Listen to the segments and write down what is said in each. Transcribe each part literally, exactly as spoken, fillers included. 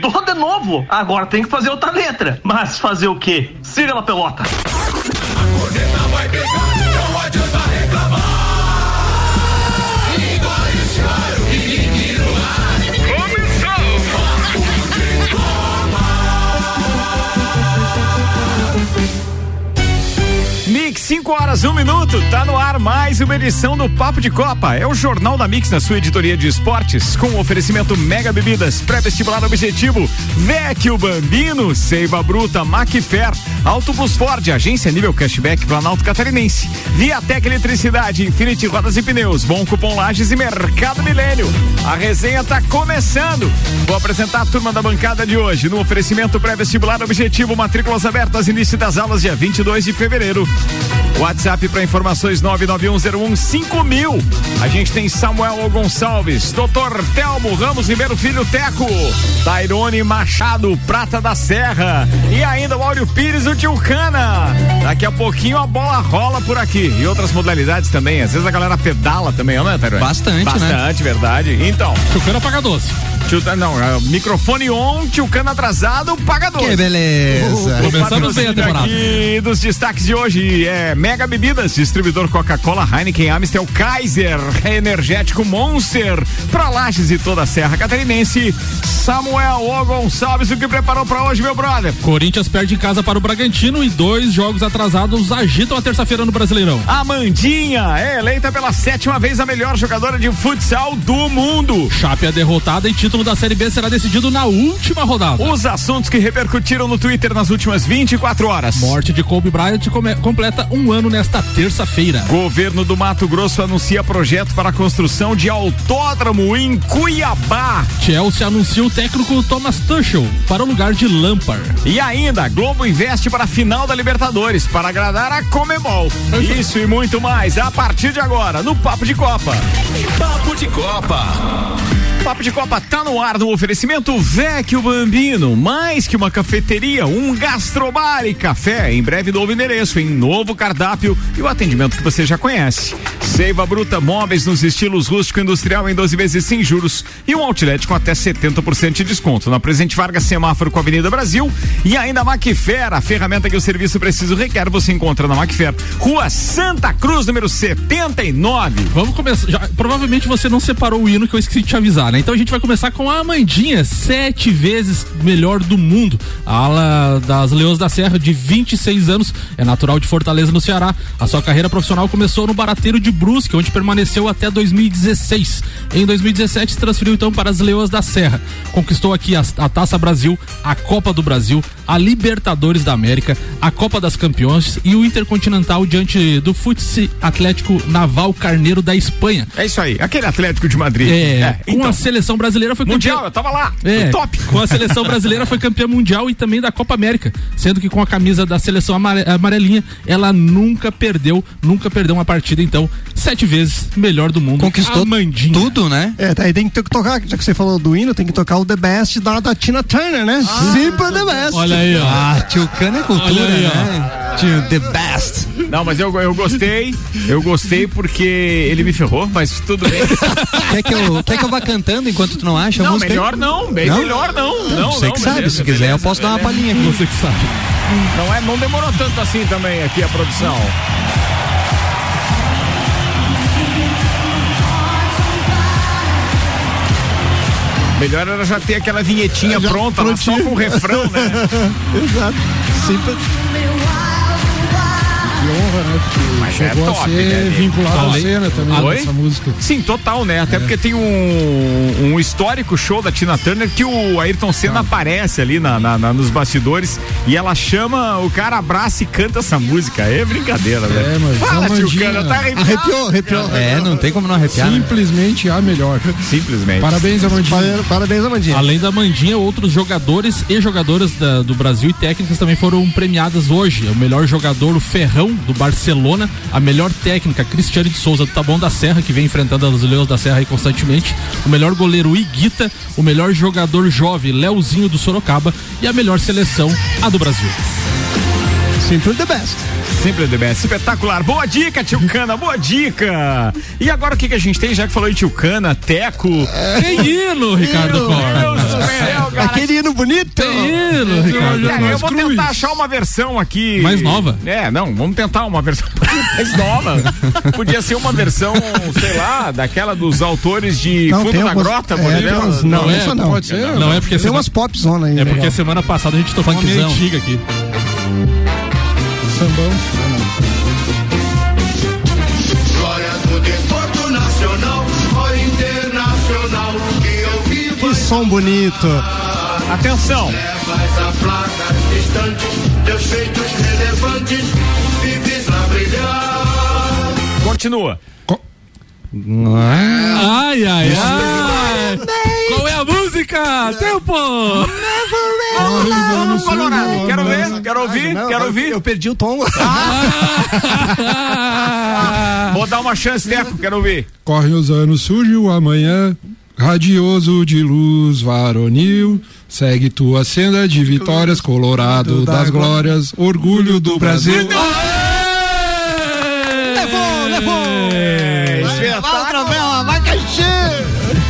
mudou de novo. Agora tem que fazer outra letra. Mas fazer o quê? Siga na pelota. A corneta vai pegar, não adianta reclamar. Igual e e no ar. Começou! Papo de Mix, cinco horas, um minuto, tá no ar mais uma edição do Papo de Copa. É o Jornal da Mix na sua editoria de esportes, com oferecimento Mega Bebidas, pré-vestibular objetivo, Vecchio Bambino, Seiva Bruta, Macfer, Autobus Ford, agência nível cashback Planalto Catarinense, Viatec Eletricidade, Infinity Rodas e Pneus, Bom Cupom Lages e Mercado Milênio. A resenha tá começando. Vou apresentar a turma da bancada de hoje no oferecimento pré-vestibular objetivo, matrículas abertas, início das aulas dia vinte e dois de fevereiro. WhatsApp para informações nove nove um zero um cinco mil. A gente tem Samuel Gonçalves, doutor Telmo Ramos Ribeiro Filho Teco, Tairone Machado, Prata da Serra e ainda o Áureo Pires, o Tio Cana. Daqui a pouquinho a bola rola por aqui e outras modalidades também. Às vezes a galera pedala também, não é, Tairone? Bastante, Bastante, né? Verdade. Então. Tio Cana paga doce. Tio, não, microfone on, Tio Cana atrasado, paga doce. Que beleza. Uh, Começamos bem a temporada. Aqui dos destaques de hoje é Mega Bebidas, distribuidor Coca-Cola, Heineken, Amstel, Kaiser, Energético Monster, pra Lages e toda a Serra Catarinense. Samuel O. Gonçalves, o que preparou pra hoje, meu brother? Corinthians perde em casa para o Bragantino e dois jogos atrasados agitam a terça-feira no Brasileirão. Amandinha é eleita pela sétima vez a melhor jogadora de futsal do mundo. Chape é derrotada e título da Série B será decidido na última rodada. Os assuntos que repercutiram no Twitter nas últimas vinte e quatro horas. Morte de Kobe Bryant come- completa um ano nesta terça-feira. Governo do Mato Grosso anuncia projeto para a construção de autódromo em Cuiabá. Chelsea anuncia o técnico Thomas Tuchel para o lugar de Lampard. E ainda, Globo investe para a final da Libertadores para agradar a Conmebol. Isso e muito mais a partir de agora no Papo de Copa. Papo de Copa. Papo de Copa tá no ar no oferecimento Vecchio Bambino, mais que uma cafeteria, um gastrobar e café. Em breve novo endereço, em novo cardápio e o atendimento que você já conhece. Seiva Bruta, móveis nos estilos rústico e industrial em doze vezes sem juros e um outlet com até setenta por cento de desconto. Na Presidente Vargas, semáforo com a Avenida Brasil e ainda Macfer, a ferramenta que o serviço preciso requer, você encontra na Macfer, Rua Santa Cruz, número setenta e nove. Vamos começar, já, provavelmente você não separou o hino que eu esqueci de te avisar, né? Então a gente vai começar com a Amandinha, sete vezes melhor do mundo. A ala das Leões da Serra, de vinte e seis anos, é natural de Fortaleza, no Ceará. A sua carreira profissional começou no Barateiro de Brusque, onde permaneceu até dois mil e dezesseis. Em dois mil e dezessete se transferiu então para as Leões da Serra. Conquistou aqui a, a Taça Brasil, a Copa do Brasil, a Libertadores da América, a Copa das Campeões e o Intercontinental diante do Futsi Atlético Naval Carneiro da Espanha. É isso aí, aquele Atlético de Madrid. É, é com então. a seleção brasileira foi Mundial, campeã... eu tava lá, é, top. Com a seleção brasileira foi campeã mundial e também da Copa América, sendo que com a camisa da seleção amare- amarelinha, ela nunca perdeu, nunca perdeu uma partida, então, sete vezes melhor do mundo. Conquistou Amandinha. tudo, né? É, aí tem que tocar, já que você falou do hino, tem que tocar o The Best da, da Tina Turner, né? Ah, Simple The Best. Olha aí, ó. Ah, tio Cana é cultura, Aí, né? Tio The Best. Não, mas eu, eu gostei, eu gostei porque ele me ferrou, mas tudo bem. Quer que eu, quer que eu vá cantando enquanto tu não acha a Não, música? melhor não, bem Não? melhor não. Não, Você não, que sabe, beleza, se quiser beleza, eu posso beleza. dar uma palhinha aqui. Você que sabe. Não, é, não demorou tanto assim também aqui a produção. Melhor era já ter aquela vinhetinha Já pronta, lá, só com o refrão, né? Exato. Simple. Que honra, né? Porque Mas chegou é top, a ser né, vinculado à Além- cena também Oi? dessa música. Sim, total, né? Até porque tem um, um histórico show da Tina Turner que o Ayrton Senna aparece ali na, na- na- nos bastidores e ela chama, o cara abraça e canta essa música. É brincadeira, velho. mas Fala, a tio Mandinha- Cana, tá arrepiado. Arrepiou, arrepiou. É, não tem como não arrepiar. né? Simplesmente a melhor. Simplesmente. Parabéns, Amandinha. Parabéns, Parabéns, Amandinha. Além da Mandinha, outros jogadores e jogadoras da- do Brasil e técnicas também foram premiadas hoje. O melhor jogador, o Ferrão, do Barcelona. A melhor técnica, Cristiane de Souza, do Taboão da Serra, que vem enfrentando os Leões da Serra aí constantemente. O melhor goleiro, Iguita. O melhor jogador jovem, Leozinho, do Sorocaba. E a melhor seleção, a do Brasil. Sempre the best. Sempre the best. Espetacular. Boa dica, tio Cana, boa dica. E agora o que, que a gente tem, já que falou em tio Cana, Teco? Tem hino, Ricardo Cor. Aquele hino bonito. Tem hino, Ricardo. É, eu vou tentar achar uma versão aqui. Mais nova? É, não, vamos tentar uma versão mais nova. Podia ser uma versão, sei lá, daquela dos autores de Não, Fundo tem da algumas- Grota, por é, exemplo. tem umas- não, é, essa não. Pode ser? Não é porque Tem semana, umas pop zona aí. é porque legal. semana passada a gente tocou uma meio Funkzão. antiga aqui. Sambão. Glória do desporto nacional ou internacional, que eu vivo Que som bonito. Atenção. levas a placas distantes, teus feitos relevantes, vives a brilhar. Continua. Ai, ai, ai. Qual é a música? Tempo! Vamos, Colorado. Quero ver, quero ouvir, Não, quero eu- ouvir. Eu perdi o tom. Vou dar uma chance, Teco, quero ouvir. Correm os anos, surge o amanhã, radioso de luz varonil. Segue tua senda de vitórias, Colorado das glórias, orgulho do Brasil. Levou, levou. Outra vez, vai caixer.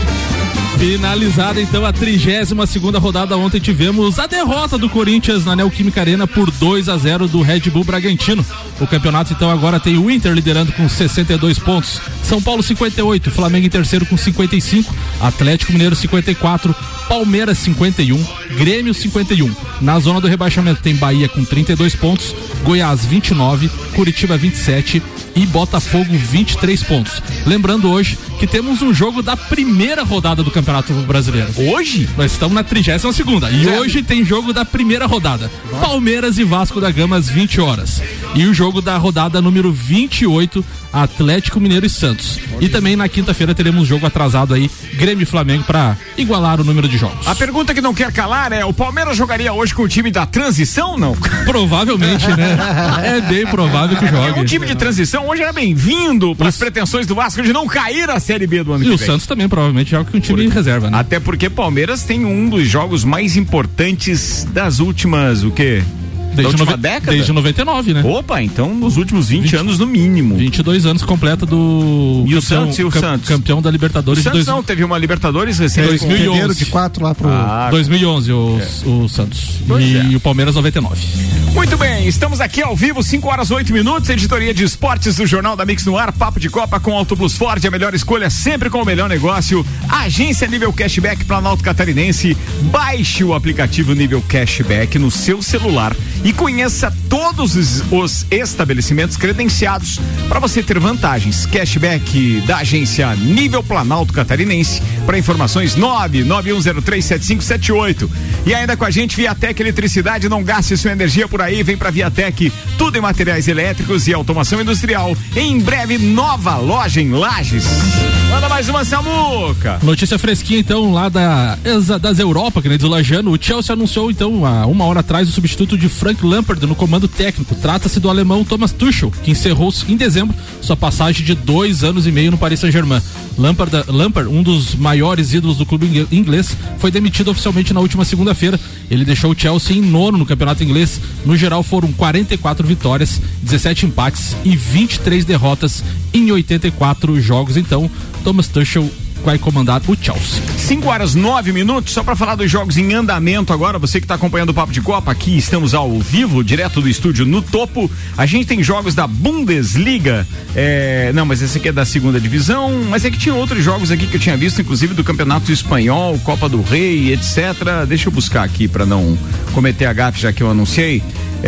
Finalizada então a trigésima segunda rodada, ontem tivemos a derrota do Corinthians na Neoquímica Arena por dois a zero do Red Bull Bragantino. O campeonato então agora tem o Inter liderando com sessenta e dois pontos, São Paulo cinquenta e oito, Flamengo em terceiro com cinquenta e cinco, Atlético Mineiro cinquenta e quatro, Palmeiras cinquenta e um, Grêmio cinquenta e um. Na zona do rebaixamento tem Bahia com trinta e dois pontos, Goiás vinte e nove, Curitiba vinte e sete e Botafogo vinte e três pontos. Lembrando hoje que temos um jogo da primeira rodada do Campeonato Brasileiro. Hoje? Nós estamos na trigésima segunda e Certo. hoje tem jogo da primeira rodada. Palmeiras e Vasco da Gama às vinte horas. E o jogo da rodada número vinte e oito, Atlético Mineiro e Santos. E também na quinta-feira teremos jogo atrasado aí, Grêmio e Flamengo, para igualar o número de jogos. A pergunta que não quer calar é: o Palmeiras jogaria hoje com o time da transição, não? Provavelmente, né? É bem provável que É, jogue. um time de transição hoje era bem-vindo para as pretensões do Vasco de não cair a Série B do ano E que o vem. Santos também provavelmente joga com um time em reserva, né? Até porque Palmeiras tem um dos jogos mais importantes das últimas, o quê? Da Desde, última nove... década? Desde noventa e nove, né? Opa, então nos últimos vinte, vinte anos no mínimo. vinte e dois anos completa do E o campeão, Santos, e o cam- Santos? campeão da O Libertadores Santos de dois... não teve uma Libertadores recente. dois mil e onze. Perderam de quatro lá pro. Ah, dois mil e onze o, o Santos. Pois E, é. e o Palmeiras noventa e nove. Muito bem, estamos aqui ao vivo, cinco horas oito minutos, editoria de esportes do Jornal da Mix no ar, papo de Copa com Auto Plus Ford, a melhor escolha sempre com o melhor negócio, agência Nível Cashback Planalto Catarinense, baixe o aplicativo Nível Cashback no seu celular e conheça todos os, os estabelecimentos credenciados para você ter vantagens. Cashback da agência Nível Planalto Catarinense, para informações nove nove um zero três sete cinco sete oito. E ainda com a gente, Viatec Eletricidade, não gaste sua energia por aí, vem pra Viatec, tudo em materiais elétricos e automação industrial. Em breve, nova loja em Lages. Manda mais uma, Samuca. Notícia fresquinha então lá da, das Europa, que nem diz o Lajano. O Chelsea anunciou então há uma hora atrás o substituto de Frank Lampard no comando técnico. Trata-se do alemão Thomas Tuchel, que encerrou em dezembro sua passagem de dois anos e meio no Paris Saint-Germain. Lampard, Lampard, um dos maiores ídolos do clube inglês, foi demitido oficialmente na última segunda-feira. Ele deixou o Chelsea em nono no campeonato inglês. No geral foram quarenta e quatro vitórias, dezessete empates e vinte e três derrotas em oitenta e quatro jogos. Então, Thomas Tuchel vai comandar o Chelsea. cinco horas nove minutos, só para falar dos jogos em andamento agora, você que está acompanhando o Papo de Copa, aqui estamos ao vivo, direto do estúdio no topo. A gente tem jogos da Bundesliga, é, não, mas esse aqui é da segunda divisão, mas é que tinha outros jogos aqui que eu tinha visto, inclusive do Campeonato Espanhol, Copa do Rei, etcétera. Deixa eu buscar aqui para não cometer a gafe, já que eu anunciei.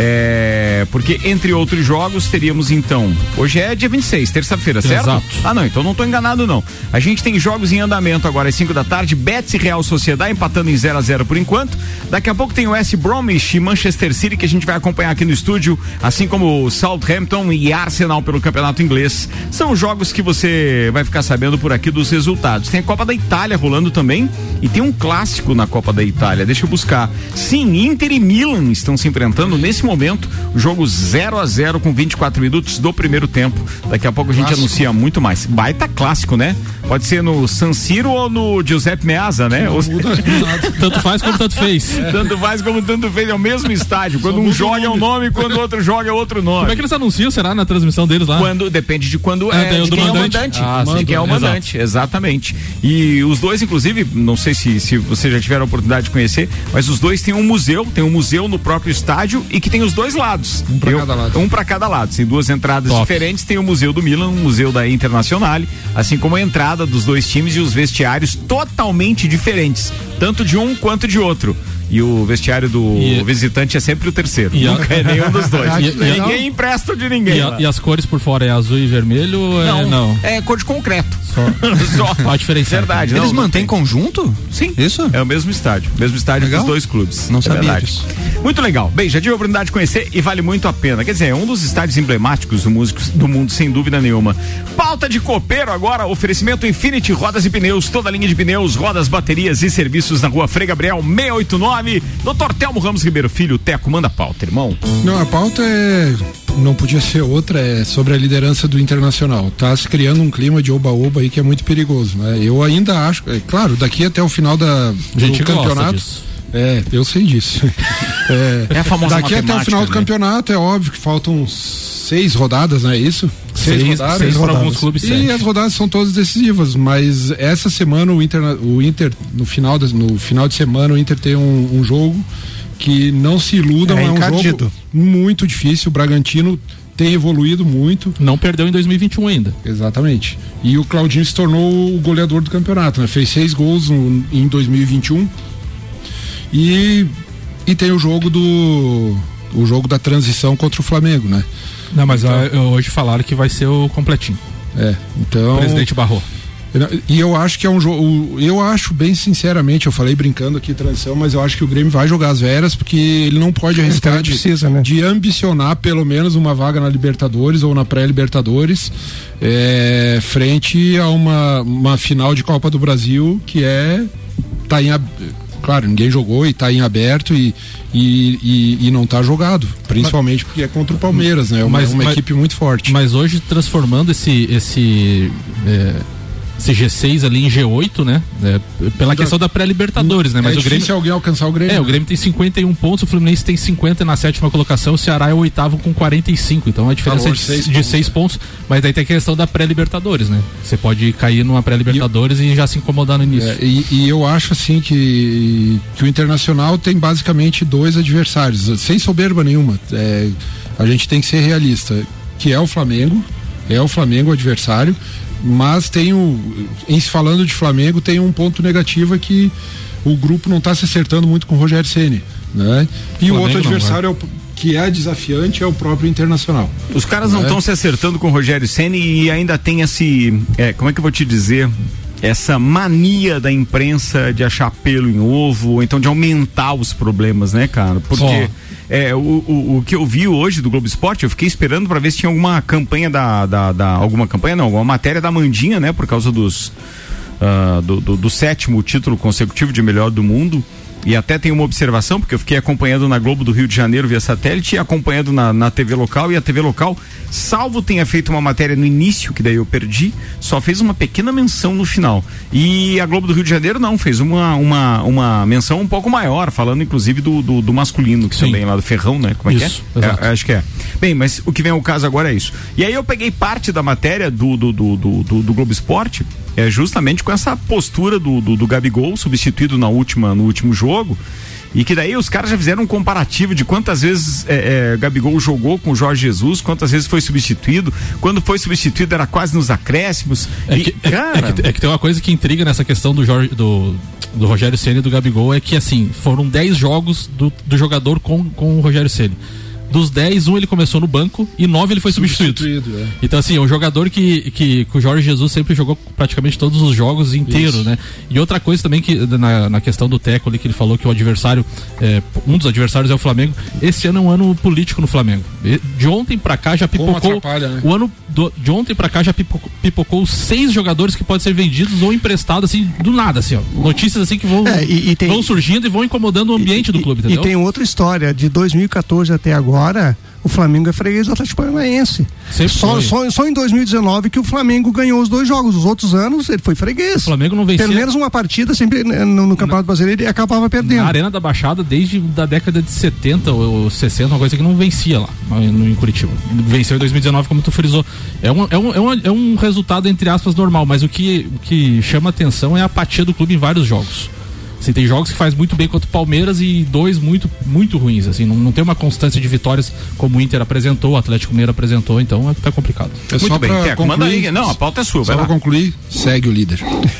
É, porque entre outros jogos teríamos então, hoje é dia vinte e seis, terça-feira, certo? Exato. Ah não, então não tô enganado não. A gente tem jogos em andamento agora às cinco da tarde, Betis e Real Sociedade empatando em zero a zero por enquanto. Daqui a pouco tem o West Bromwich e Manchester City que a gente vai acompanhar aqui no estúdio, assim como o Southampton e Arsenal pelo Campeonato Inglês. São jogos que você vai ficar sabendo por aqui dos resultados. Tem a Copa da Itália rolando também e tem um clássico na Copa da Itália, deixa eu buscar. Sim, Inter e Milan estão se enfrentando nesse nesse momento, o jogo zero a zero com vinte e quatro minutos do primeiro tempo. Daqui a pouco a gente clássico. anuncia muito mais. Baita clássico, né? Pode ser no San Siro ou no Giuseppe Meazza, né? Ou... tanto faz como tanto fez. É. Tanto faz como tanto fez, é o mesmo estádio. Quando um joga é um nome, quando o outro joga é outro nome. Como é que eles anunciam, será, na transmissão deles lá? Quando, depende de quando é, é de do quem mandante. é o mandante. Ah, de quem é o mandante, exatamente. E os dois, inclusive, não sei se, se vocês já tiveram a oportunidade de conhecer, mas os dois têm um museu, tem um museu no próprio estádio e que tem os dois lados. Um para cada lado. Um para cada lado. Tem duas entradas Top. diferentes, tem o museu do Milan, o museu da Internazionale, assim como a entrada dos dois times e os vestiários totalmente diferentes, tanto de um quanto de outro. E o vestiário do e, visitante é sempre o terceiro. Nunca a, é nenhum dos dois. E, e, ninguém empresta de ninguém. E, a, e as cores por fora é azul e vermelho? Ou não, é, não, é cor de concreto. Só. Só. A diferença. Verdade. Eles não, mantêm não conjunto? Sim. Isso? É o mesmo estádio. Mesmo estádio legal? Dos dois clubes. Não é sabia verdade. disso. Muito legal. Bem, já tive a oportunidade de conhecer e vale muito a pena. Quer dizer, é um dos estádios emblemáticos do, músicos, do mundo, sem dúvida nenhuma. Pauta de copeiro agora, oferecimento Infinity Rodas e Pneus, toda a linha de pneus, rodas, baterias e serviços na rua Frei Gabriel seiscentos e oitenta e nove. Doutor Telmo Ramos Ribeiro Filho, Teco, manda a pauta, irmão. Não, a pauta é, não podia ser outra, é sobre a liderança do Internacional. Tá se criando um clima de oba-oba aí que é muito perigoso, né? Eu ainda acho, é claro, daqui até o final da, do gente campeonato. É, eu sei disso. É, é a famosa daqui até o final do né? campeonato é óbvio que faltam seis rodadas, não é isso? Seis, seis rodadas. Seis para alguns clubes. E sete. as rodadas são todas decisivas, mas essa semana o Inter, o Inter no final de, no final de semana o Inter tem um, um jogo que não se iludam, é, é um encardido. jogo muito difícil. O Bragantino tem evoluído muito. Não perdeu em dois mil e vinte e um ainda. Exatamente. E o Claudinho se tornou o goleador do campeonato, né? Fez seis gols no, em dois mil e vinte e um. E, e tem o jogo do o jogo da transição contra o Flamengo, né? Não, mas então, a, hoje falaram que vai ser o completinho. É, então. O presidente barrou. E eu acho que é um jogo. Eu acho, bem sinceramente, eu falei brincando aqui transição, mas eu acho que o Grêmio vai jogar as veras, porque ele não pode arriscar de, precisa, né? de ambicionar pelo menos uma vaga na Libertadores ou na pré-Libertadores, é, frente a uma, uma final de Copa do Brasil que é. Tá em. Claro, ninguém jogou e está em aberto e, e, e, e não está jogado, principalmente porque é contra o Palmeiras, né? É uma, mas, uma mas, equipe muito forte. Mas hoje transformando esse esse, é, esse G seis ali em G oito, né? É, pela questão da pré-Libertadores, né? Mas é o Grêmio, difícil alguém alcançar o Grêmio. É, o Grêmio tem cinquenta e um pontos, o Fluminense tem cinquenta na sétima colocação, o Ceará é o oitavo com quarenta e cinco, então a diferença Valor, é de seis, de seis pontos, mas daí tem a questão da pré-Libertadores, né? Você pode cair numa pré-Libertadores e, e já se incomodar no início. É, e, e eu acho assim que, que o Internacional tem basicamente dois adversários, sem soberba nenhuma. É, a gente tem que ser realista, que é o Flamengo, é o Flamengo o adversário, mas tem o, em se falando de Flamengo, tem um ponto negativo, é que o grupo não está se acertando muito com o Rogério Ceni, né? E Flamengo o outro adversário não, é o, que é desafiante é o próprio Internacional. Os caras não estão é? se acertando com o Rogério Ceni e ainda tem esse, é, como é que eu vou te dizer, essa mania da imprensa de achar pelo em ovo, ou então de aumentar os problemas, né, cara? Porque oh. É, o, o, o que eu vi hoje do Globo Esporte, eu fiquei esperando para ver se tinha alguma campanha da, da, da alguma campanha não, alguma matéria da Mandinha, né, por causa dos uh, do, do, do sétimo título consecutivo de melhor do mundo. E até tem uma observação, porque eu fiquei acompanhando na Globo do Rio de Janeiro via satélite e acompanhando na, na T V local, e a T V local, salvo tenha feito uma matéria no início, que daí eu perdi, só fez uma pequena menção no final. E a Globo do Rio de Janeiro não, fez uma, uma, uma menção um pouco maior, falando inclusive do, do, do masculino, que Sim. também lá do Ferrão, né? Como é isso, que é? é? Acho que é. Bem, mas o que vem ao caso agora é isso. E aí eu peguei parte da matéria do, do, do, do, do, do Globo Esporte, é justamente com essa postura do, do, do Gabigol, substituído na última, no último jogo, e que daí os caras já fizeram um comparativo de quantas vezes é, é, Gabigol jogou com o Jorge Jesus, quantas vezes foi substituído, quando foi substituído era quase nos acréscimos. É, e, que, cara... é, é, que, é que tem uma coisa que intriga nessa questão do Jorge, do, do Rogério Ceni e do Gabigol, é que assim, foram dez jogos do, do jogador com, com o Rogério Ceni. Dos dez, um ele começou no banco e nove ele foi substituído. substituído é. Então, assim, é um jogador que, que, que o Jorge Jesus sempre jogou praticamente todos os jogos inteiros, né? E outra coisa também que na, na questão do Teco ali, que ele falou que o adversário, é, um dos adversários é o Flamengo. Esse ano é um ano político no Flamengo. De ontem pra cá já pipocou. Né? O ano do, de ontem pra cá já pipocou, pipocou seis jogadores que podem ser vendidos ou emprestados, assim, do nada, assim, ó. Notícias assim que vão, é, e, e tem, vão surgindo e vão incomodando o ambiente e, do clube, entendeu? E tem outra história, de dois mil e quatorze até agora. agora o Flamengo é freguês do Atlético Paranaense. Só, só, só em dois mil e dezenove que o Flamengo ganhou os dois jogos. Os outros anos ele foi freguês. O Flamengo não vencia. Pelo menos uma partida sempre no, no Campeonato Brasileiro ele acabava perdendo. Na Arena da Baixada desde da década de setenta ou sessenta, uma coisa que não vencia lá no, em Curitiba. Venceu em dois mil e dezenove, como tu frisou. É um, é um, é um, é um resultado, entre aspas, normal, mas o que, o que chama atenção é a apatia do clube em vários jogos. Assim, tem jogos que faz muito bem contra o Palmeiras e dois muito, muito ruins, assim, não, não tem uma constância de vitórias como o Inter apresentou, o Atlético Mineiro apresentou, então é, tá complicado. É muito só bem, pra Teco, concluir, manda aí. Não, a pauta é sua, só pra concluir, segue o líder.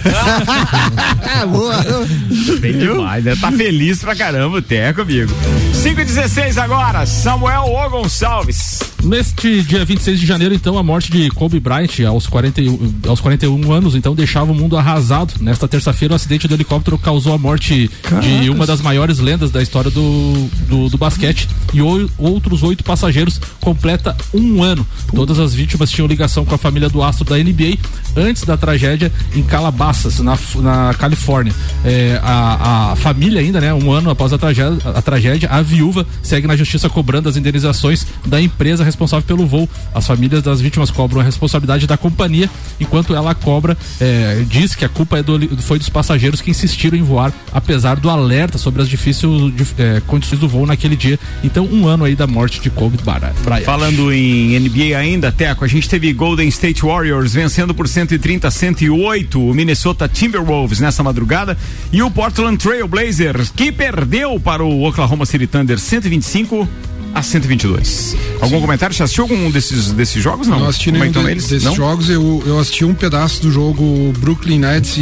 Boa. Bem demais, né? Tá feliz pra caramba o Teco, amigo. cinco e dezesseis agora, Samuel O Gonçalves. Neste dia vinte e seis de janeiro, então, a morte de Kobe Bryant aos quarenta e um, aos quarenta e um anos, então, deixava o mundo arrasado. Nesta terça-feira, o acidente do helicóptero causou a morte Caracas. de uma das maiores lendas da história do, do, do basquete, e o, outros oito passageiros completa um ano. Todas as vítimas tinham ligação com a família do astro da N B A antes da tragédia em Calabasas, na, na Califórnia. É, a, a família ainda, né, um ano após a tragédia, a tragédia, a viúva segue na justiça cobrando as indenizações da empresa responsável pelo voo. As famílias das vítimas cobram a responsabilidade da companhia, enquanto ela cobra, é, diz que a culpa é do, foi dos passageiros que insistiram em voar, apesar do alerta sobre as difíceis é, condições do voo naquele dia. Então, um ano aí da morte de Kobe Bryant. Falando em N B A ainda, Teco, a gente teve Golden State Warriors vencendo por cento e trinta a cento e oito o Minnesota Timberwolves nessa madrugada, e o Portland Trail Blazers, que perdeu para o Oklahoma City Thunder cento e vinte e cinco a cento e vinte e dois. Algum comentário? Você assistiu algum desses, desses jogos? Não, não assisti nenhum de, eles? desses não? jogos. Eu, eu assisti um pedaço do jogo Brooklyn Nets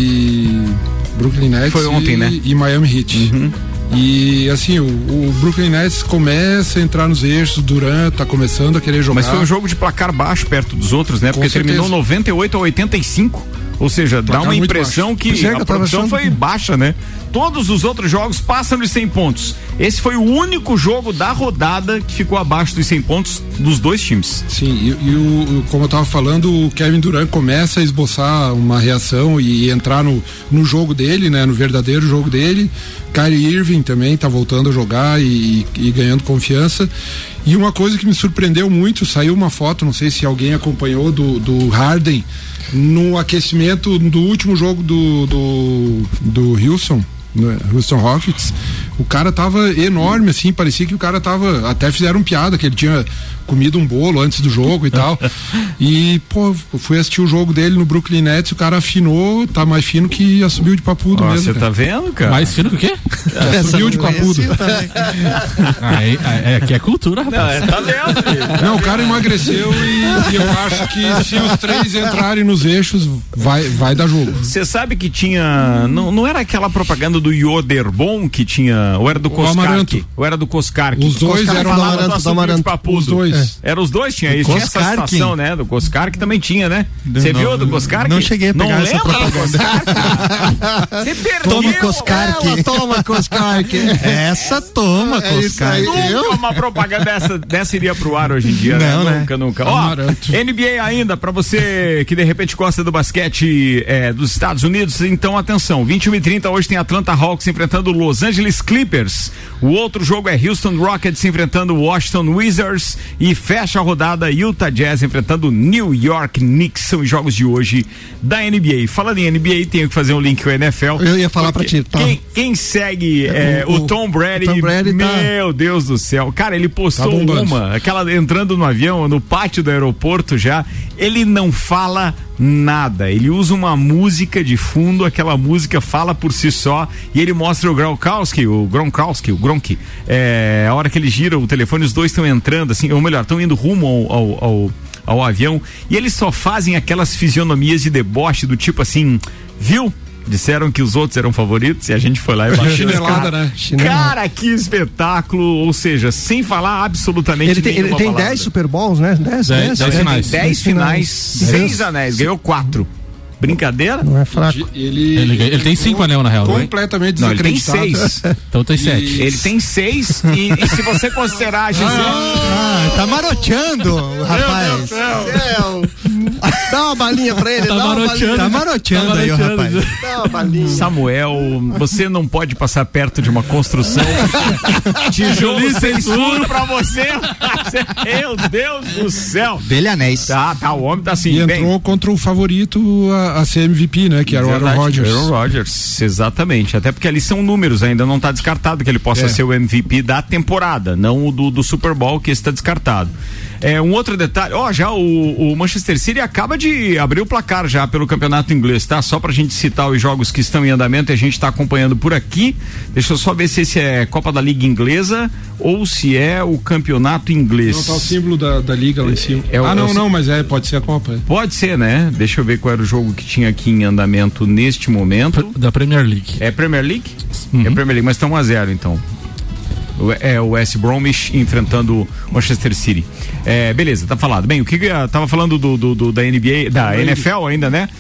e Brooklyn Nets Foi ontem, e, né? e Miami Heat. Uhum. E assim, o, o Brooklyn Nets começa a entrar nos eixos, o Durant tá começando a querer jogar. Mas foi um jogo de placar baixo perto dos outros, né? Porque terminou noventa e oito a oitenta e cinco. Ou seja, placar dá uma impressão que é, a produção foi baixa, né? Todos os outros jogos passam de cem pontos. Esse foi o único jogo da rodada que ficou abaixo dos cem pontos dos dois times. Sim, e, e o, como eu tava falando, o Kevin Durant começa a esboçar uma reação e entrar no, no jogo dele, né? No verdadeiro jogo dele. Kyrie Irving também tá voltando a jogar e, e ganhando confiança. E uma coisa que me surpreendeu muito, saiu uma foto, não sei se alguém acompanhou, do, do Harden no aquecimento do último jogo do do, do Houston, no Houston Rockets. O cara tava enorme, assim, parecia que o cara tava, até fizeram piada que ele tinha comido um bolo antes do jogo e tal. E, pô, fui assistir o jogo dele no Brooklyn Nets, o cara afinou, tá mais fino que subiu de papudo. Nossa, mesmo. Você tá vendo, cara? Mais fino que o quê? É, subiu de papudo. Aí, é, aqui é cultura, rapaz. Não, é, tá vendo? Não, o cara emagreceu e, e eu acho que se os três entrarem nos eixos, vai, vai dar jogo. Você sabe que tinha, não, não era aquela propaganda do Yoderbon que tinha, ou era do Coscarque? Ou era do Coscarque? Os dois Coscarque eram do Amaranto, do Amaranto. Papudo. Os dois. É. Era os dois, tinha isso. Tinha essa situação, né? Do Coscarque também tinha, né? Você viu do Coscarque? Não cheguei a pegar não essa propaganda. Você perdeu. Toma Coscarque. Ela toma Coscarque. Essa toma é Coscarque. Nunca uma propaganda dessa, dessa iria pro ar hoje em dia, não, né? né? Nunca, nunca. Ó, N B A ainda, pra você que de repente gosta do basquete é, dos Estados Unidos, então atenção, vinte e um e trinta hoje tem Atlanta Hawks enfrentando Los Angeles Clippers. O outro jogo é Houston Rockets enfrentando Washington Wizards e fecha a rodada Utah Jazz enfrentando New York Knicks. São os jogos de hoje da N B A. Falando em N B A, tenho que fazer um link com o N F L. Eu ia falar pra ti, tá? Quem, quem segue é, o, o Tom Brady, Tom Brady meu tá... Deus do céu. Cara, ele postou tá uma, aquela entrando no avião, no pátio do aeroporto já, ele não fala nada, ele usa uma música de fundo, aquela música fala por si só e ele mostra o Gronkowski, o Gronkowski, o Gronk, é, a hora que ele gira o telefone, os dois estão entrando assim, ou melhor, estão indo rumo ao, ao, ao, ao avião e eles só fazem aquelas fisionomias de deboche do tipo assim, viu? Disseram que os outros eram favoritos e a gente foi lá e baixou. Chinelada, né? Cara, que espetáculo! Ou seja, sem falar absolutamente ele tem, nenhuma ele tem dez Super Bowls, né? dez, dez, dez finais. dez finais, seis anéis, ganhou quatro. Brincadeira? Não é fraco. Ele, ele, ele tem cinco anel na real, completamente não, ele tem desacreditado. seis. Então tem sete. Ele tem seis e, e se você considerar a Gisele... Ah, tá maroteando, rapaz. Meu Deus do céu. Dá uma balinha pra ele, Tá dá uma maroteando. balinha. Tá maroteando Tá aí, o maroteando. rapaz. Dá uma balinha. Samuel, você não pode passar perto de uma construção. Tijolo sem furo pra você. Meu Deus do céu. Belhanéis. Tá, tá, o homem tá assim, E bem. entrou contra o favorito a, a ser M V P, né? Que era o Aaron Verdade, Rodgers. Aaron Rodgers, exatamente. Até porque ali são números, ainda não tá descartado que ele possa É. ser o M V P da temporada, não o do, do Super Bowl, que está descartado. É, um outro detalhe, ó, já o, o Manchester City acaba de abrir o placar já pelo campeonato inglês, tá? Só pra gente citar os jogos que estão em andamento e a gente tá acompanhando por aqui. Deixa eu só ver se esse é Copa da Liga Inglesa ou se é o campeonato inglês. Não, tá o símbolo da, da liga lá em cima. É o- ah, é não, o- não, mas é, pode ser a Copa. É. Pode ser, né? Deixa eu ver qual era o jogo que tinha aqui em andamento neste momento. Da Premier League. É Premier League? Uhum. É Premier League, mas tá um a zero então. O- É o West Bromwich enfrentando o Manchester City. É, beleza, tá falado. Bem, o que eu tava falando do, do, do- da N B A, da N F L ainda, né?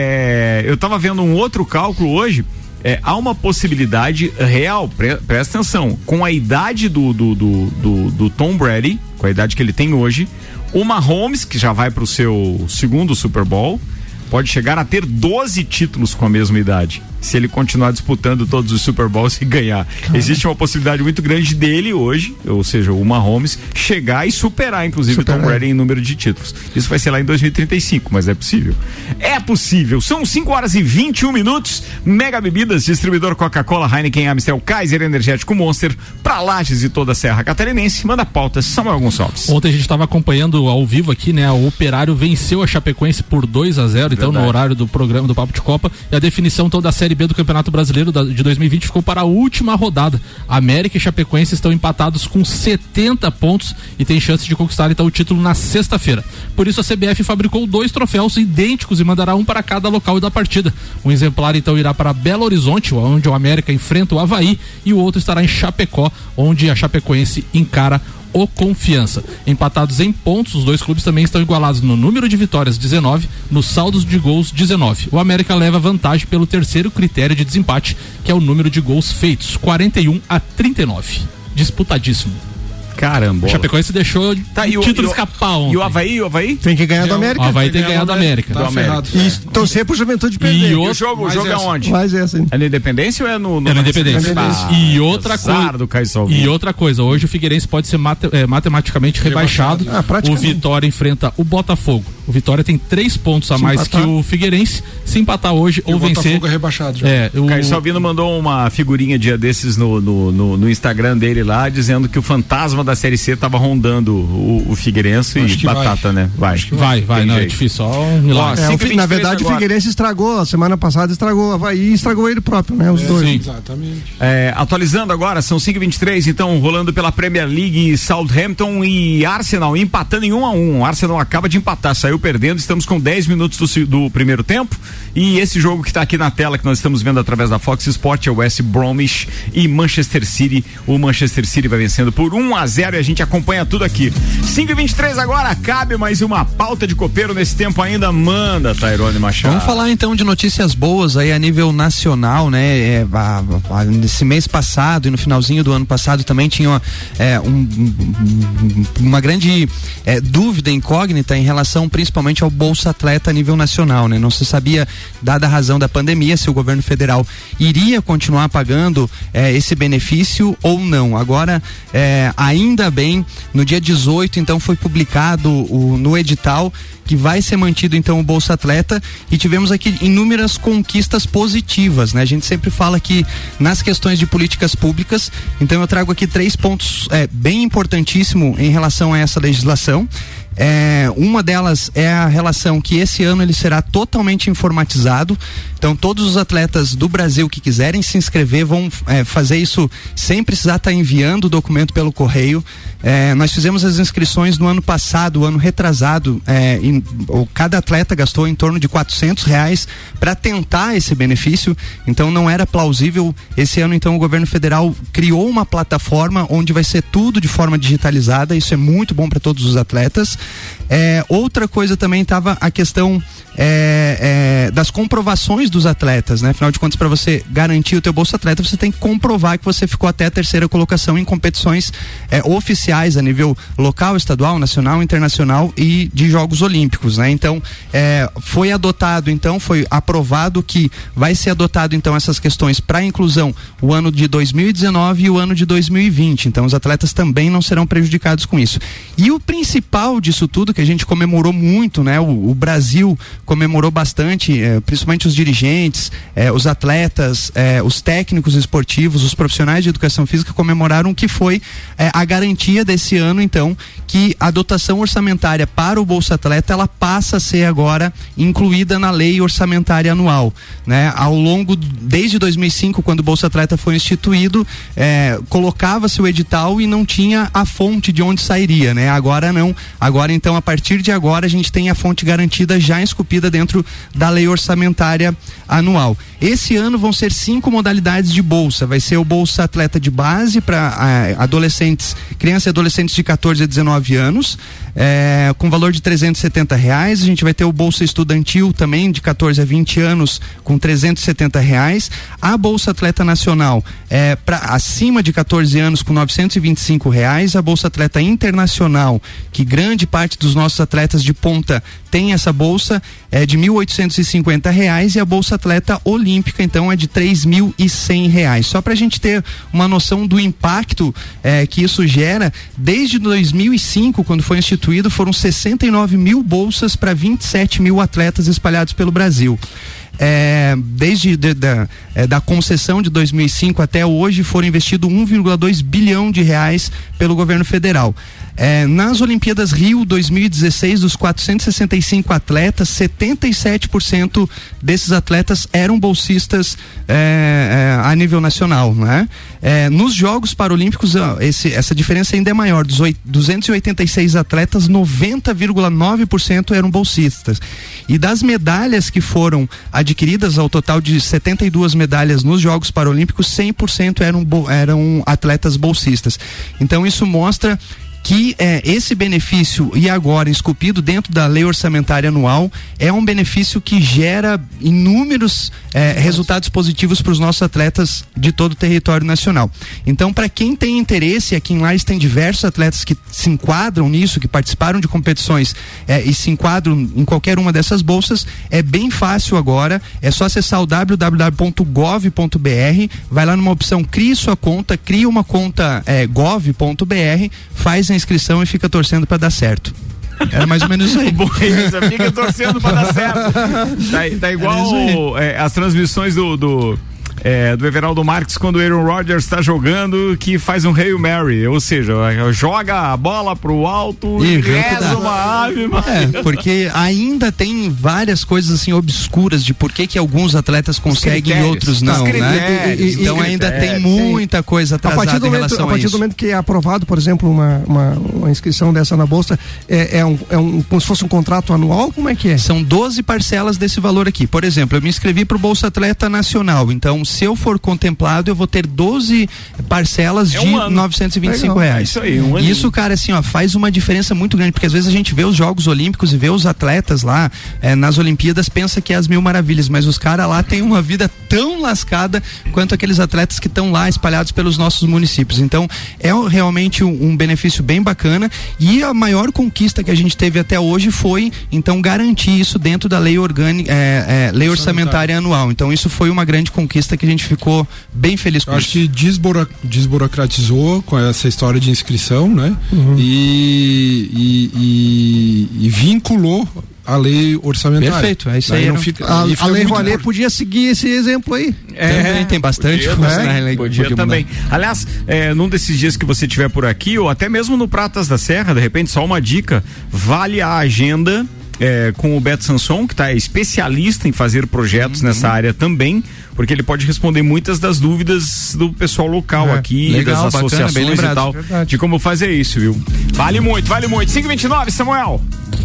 É, eu tava vendo um outro cálculo hoje. É, há uma possibilidade real, pre, presta atenção, com a idade do, do, do, do, do Tom Brady, com a idade que ele tem hoje, o Mahomes, que já vai pro seu segundo Super Bowl, pode chegar a ter doze títulos com a mesma idade, se ele continuar disputando todos os Super Bowls e ganhar. Caramba. Existe uma possibilidade muito grande dele hoje, ou seja, o Mahomes, chegar e superar, inclusive, Superar. o Tom Brady em número de títulos. Isso vai ser lá em dois mil e trinta e cinco, mas é possível. É possível. São cinco horas e vinte e um minutos. Mega Bebidas, distribuidor Coca-Cola, Heineken, Amstel, Kaiser, Energético Monster, pra Lages e toda a Serra Catarinense. Manda pautas, Samuel Gonçalves. Ontem a gente estava acompanhando ao vivo aqui, né? O Operário venceu a Chapecoense por dois a zero, então Verdade. no horário do programa do Papo de Copa, e a definição toda da Série B do Campeonato Brasileiro da- de dois mil e vinte ficou para a última rodada. América e Chapecoense estão empatados com setenta pontos e tem chance de conquistar então o título na sexta-feira. Por isso a C B F fabricou dois troféus idênticos e mandará um para cada local da partida. Um exemplar então irá para Belo Horizonte, onde o América enfrenta o Avaí, e o outro estará em Chapecó, onde a Chapecoense encara o Confiança. Empatados em pontos, os dois clubes também estão igualados no número de vitórias, dezenove, nos saldos de gols, dezenove. O América leva vantagem pelo terceiro critério de desempate, que é o número de gols feitos, quarenta e um a trinta e nove. Disputadíssimo. Caramba. O Chapecoense deixou Tá, e o o- título e o- escapar ontem. E o Avaí, o Avaí? Tem que ganhar do América. O Avaí tem Tem ganhado da América. Tá Do América. ferrado. E torcer pro Juventude perder. E E outro- o jogo, o Mas jogo é essa- onde? Mas é assim. É no Independência ou é no... no É no Independência. Ah, E outra azar coisa- do Caio Salvino. E outra coisa, hoje o Figueirense pode ser mate- eh, matematicamente rebaixado. Ah, O praticamente. Vitória enfrenta o Botafogo. O Vitória tem três pontos a Se mais empatar. que o Figueirense. Se empatar hoje E ou o vencer. Botafogo é rebaixado já. É, o Caio Salvino mandou uma figurinha dia desses no, no, no, no Instagram dele lá, dizendo que o fantasma da Série C tava rondando o, o Figueirense Acho e que batata, vai. né? Vai. vai, vai, Tem não, é jeito. difícil, só um milagre. É, o cinco e fi- na vinte e três verdade, o agora. Figueirense estragou, a semana passada estragou o Avaí e estragou ele próprio, né? Os dois. Sim. Exatamente. É, atualizando agora, são cinco e vinte e três, então rolando pela Premier League, Southampton e Arsenal empatando em um a um. O Arsenal acaba de empatar, saiu perdendo, estamos com dez minutos do, se- do primeiro tempo, e esse jogo que está aqui na tela, que nós estamos vendo através da Fox Sport, é o West Bromwich e Manchester City. O Manchester City vai vencendo por um a zero e a gente acompanha tudo aqui. cinco e vinte e três agora, cabe mais uma pauta de copeiro nesse tempo ainda, manda, Tairone Machado. Vamos falar então de notícias boas aí a nível nacional, né? É, a, a, nesse mês passado e no finalzinho do ano passado também tinha é, um, um, uma grande é, dúvida incógnita em relação principalmente ao Bolsa Atleta a nível nacional, né? Não se sabia, dada a razão da pandemia, se o governo federal iria continuar pagando é, esse benefício ou não. Agora, é, ainda bem, no dia dezoito, então, foi publicado o, no edital que vai ser mantido então o Bolsa Atleta, e tivemos aqui inúmeras conquistas positivas, né? A gente sempre fala que nas questões de políticas públicas, então eu trago aqui três pontos é, bem importantíssimo em relação a essa legislação. É, uma delas é a relação que esse ano ele será totalmente informatizado, então todos os atletas do Brasil que quiserem se inscrever vão é, fazer isso sem precisar estar enviando o documento pelo correio. É, nós fizemos as inscrições no ano passado, ano retrasado, é, em, o, cada atleta gastou em torno de quatrocentos reais para tentar esse benefício, então não era plausível. Esse ano então o governo federal criou uma plataforma onde vai ser tudo de forma digitalizada, isso é muito bom para todos os atletas. É, outra coisa também estava a questão é, é, das comprovações dos atletas, né? Afinal de contas, para você garantir o teu Bolsa Atleta, você tem que comprovar que você ficou até a terceira colocação em competições é, oficiais a nível local, estadual, nacional, internacional e de Jogos Olímpicos, né? Então, é, foi adotado, então, foi aprovado que vai ser adotado, então, essas questões para inclusão o ano de dois mil e dezenove e o ano de dois mil e vinte. Então, os atletas também não serão prejudicados com isso. E o principal disso tudo, que a gente comemorou muito, né? O, o Brasil comemorou bastante, eh, principalmente os dirigentes, eh, os atletas, eh, os técnicos esportivos, os profissionais de educação física comemoraram que foi eh, a garantia desse ano, então, que a dotação orçamentária para o Bolsa Atleta, ela passa a ser agora incluída na lei orçamentária anual, né? Ao longo, desde dois mil e cinco, quando o Bolsa Atleta foi instituído, eh, colocava-se o edital e não tinha a fonte de onde sairia, né? Agora não, agora então, a partir de agora, a gente tem a fonte garantida já esculpida dentro da lei orçamentária anual. Esse ano vão ser cinco modalidades de bolsa. Vai ser o Bolsa Atleta de base para adolescentes, crianças e adolescentes de quatorze a dezenove anos, é, com valor de trezentos e setenta reais. A gente vai ter o Bolsa Estudantil também de quatorze a vinte anos com trezentos e setenta reais. A Bolsa Atleta Nacional é para acima de quatorze anos com novecentos e vinte e cinco reais. A Bolsa Atleta Internacional, que grande parte dos nossos atletas de ponta tem essa bolsa, é de mil oitocentos e cinquenta reais, e a Bolsa Atleta Olímpica então é de três mil e cem reais. Só pra gente ter uma noção do impacto é, que isso gera, desde dois mil e cinco, quando foi instituído, foram sessenta e nove mil bolsas para vinte e sete mil atletas espalhados pelo Brasil. É, desde de, da, é, da concessão de dois mil e cinco até hoje foram investidos um vírgula dois bilhão de reais pelo governo federal. É, nas Olimpíadas Rio dois mil e dezesseis, dos quatrocentos e sessenta e cinco atletas, setenta e sete por cento desses atletas eram bolsistas é, é, a nível nacional, né? É, nos Jogos Paralímpicos, esse, essa diferença ainda é maior. Dos duzentos e oitenta e seis atletas, noventa vírgula nove por cento eram bolsistas. E das medalhas que foram adquiridas, ao total de setenta e duas medalhas nos Jogos Paralímpicos, cem por cento eram, eram atletas bolsistas. Então isso mostra que é, esse benefício, e agora esculpido dentro da lei orçamentária anual, é um benefício que gera inúmeros é, resultados positivos para os nossos atletas de todo o território nacional. Então, para quem tem interesse, aqui em Lages tem diversos atletas que se enquadram nisso, que participaram de competições é, e se enquadram em qualquer uma dessas bolsas. É bem fácil agora, é só acessar o w w w ponto gov ponto b r, vai lá numa opção crie sua conta, cria uma conta é, gov ponto b r, faz a inscrição e fica torcendo para dar certo. Era mais ou menos isso aí. Bom, isso, fica torcendo para dar certo. Tá, tá igual é, as transmissões do, do, é, do Everaldo Marques quando o Aaron Rodgers está jogando, que faz um Hail Mary, ou seja, joga a bola pro alto e, e reza uma ave. É, porque ainda tem várias coisas assim obscuras de por que que alguns atletas conseguem e outros não, né? E, e, então ainda tem muita coisa atrasada a partir do em momento, relação a partir a isso. do momento que é aprovado, por exemplo, uma, uma, uma inscrição dessa na bolsa, é, é, um, é um, como se fosse um contrato anual, como é que é? São doze parcelas desse valor aqui. Por exemplo, eu me inscrevi pro Bolsa Atleta Nacional, então se eu for contemplado, eu vou ter doze parcelas é um de ano. novecentos e vinte e cinco reais. Isso aí, um Isso, cara, assim, ó, faz uma diferença muito grande, porque às vezes a gente vê os Jogos Olímpicos e vê os atletas lá é, nas Olimpíadas, pensa que é as mil maravilhas, mas os caras lá têm uma vida tão lascada quanto aqueles atletas que estão lá espalhados pelos nossos municípios. Então, é realmente um, um benefício bem bacana, e a maior conquista que a gente teve até hoje foi, então, garantir isso dentro da lei orgânica, é, é, lei orçamentária anual. Então, isso foi uma grande conquista que a gente ficou bem feliz com Eu isso. Acho que desburo, desburocratizou com essa história de inscrição, né? Uhum. E, e, e, e vinculou a lei orçamentária. Perfeito, é isso aí. Não não... fica, a, fica a lei Rouanet por... podia seguir esse exemplo aí. É, também tem bastante podia, coisa, né? né? Podia, podia também. Aliás, é, num desses dias que você tiver por aqui, ou até mesmo no Pratas da Serra, de repente, só uma dica, vale a agenda É, com o Beto Sanson, que tá especialista em fazer projetos uhum. nessa área também, porque ele pode responder muitas das dúvidas do pessoal local é, aqui, legal, das bacana, associações e tal, verdade. De como fazer isso, viu? Vale muito, vale muito. cinco e vinte e nove, Samuel.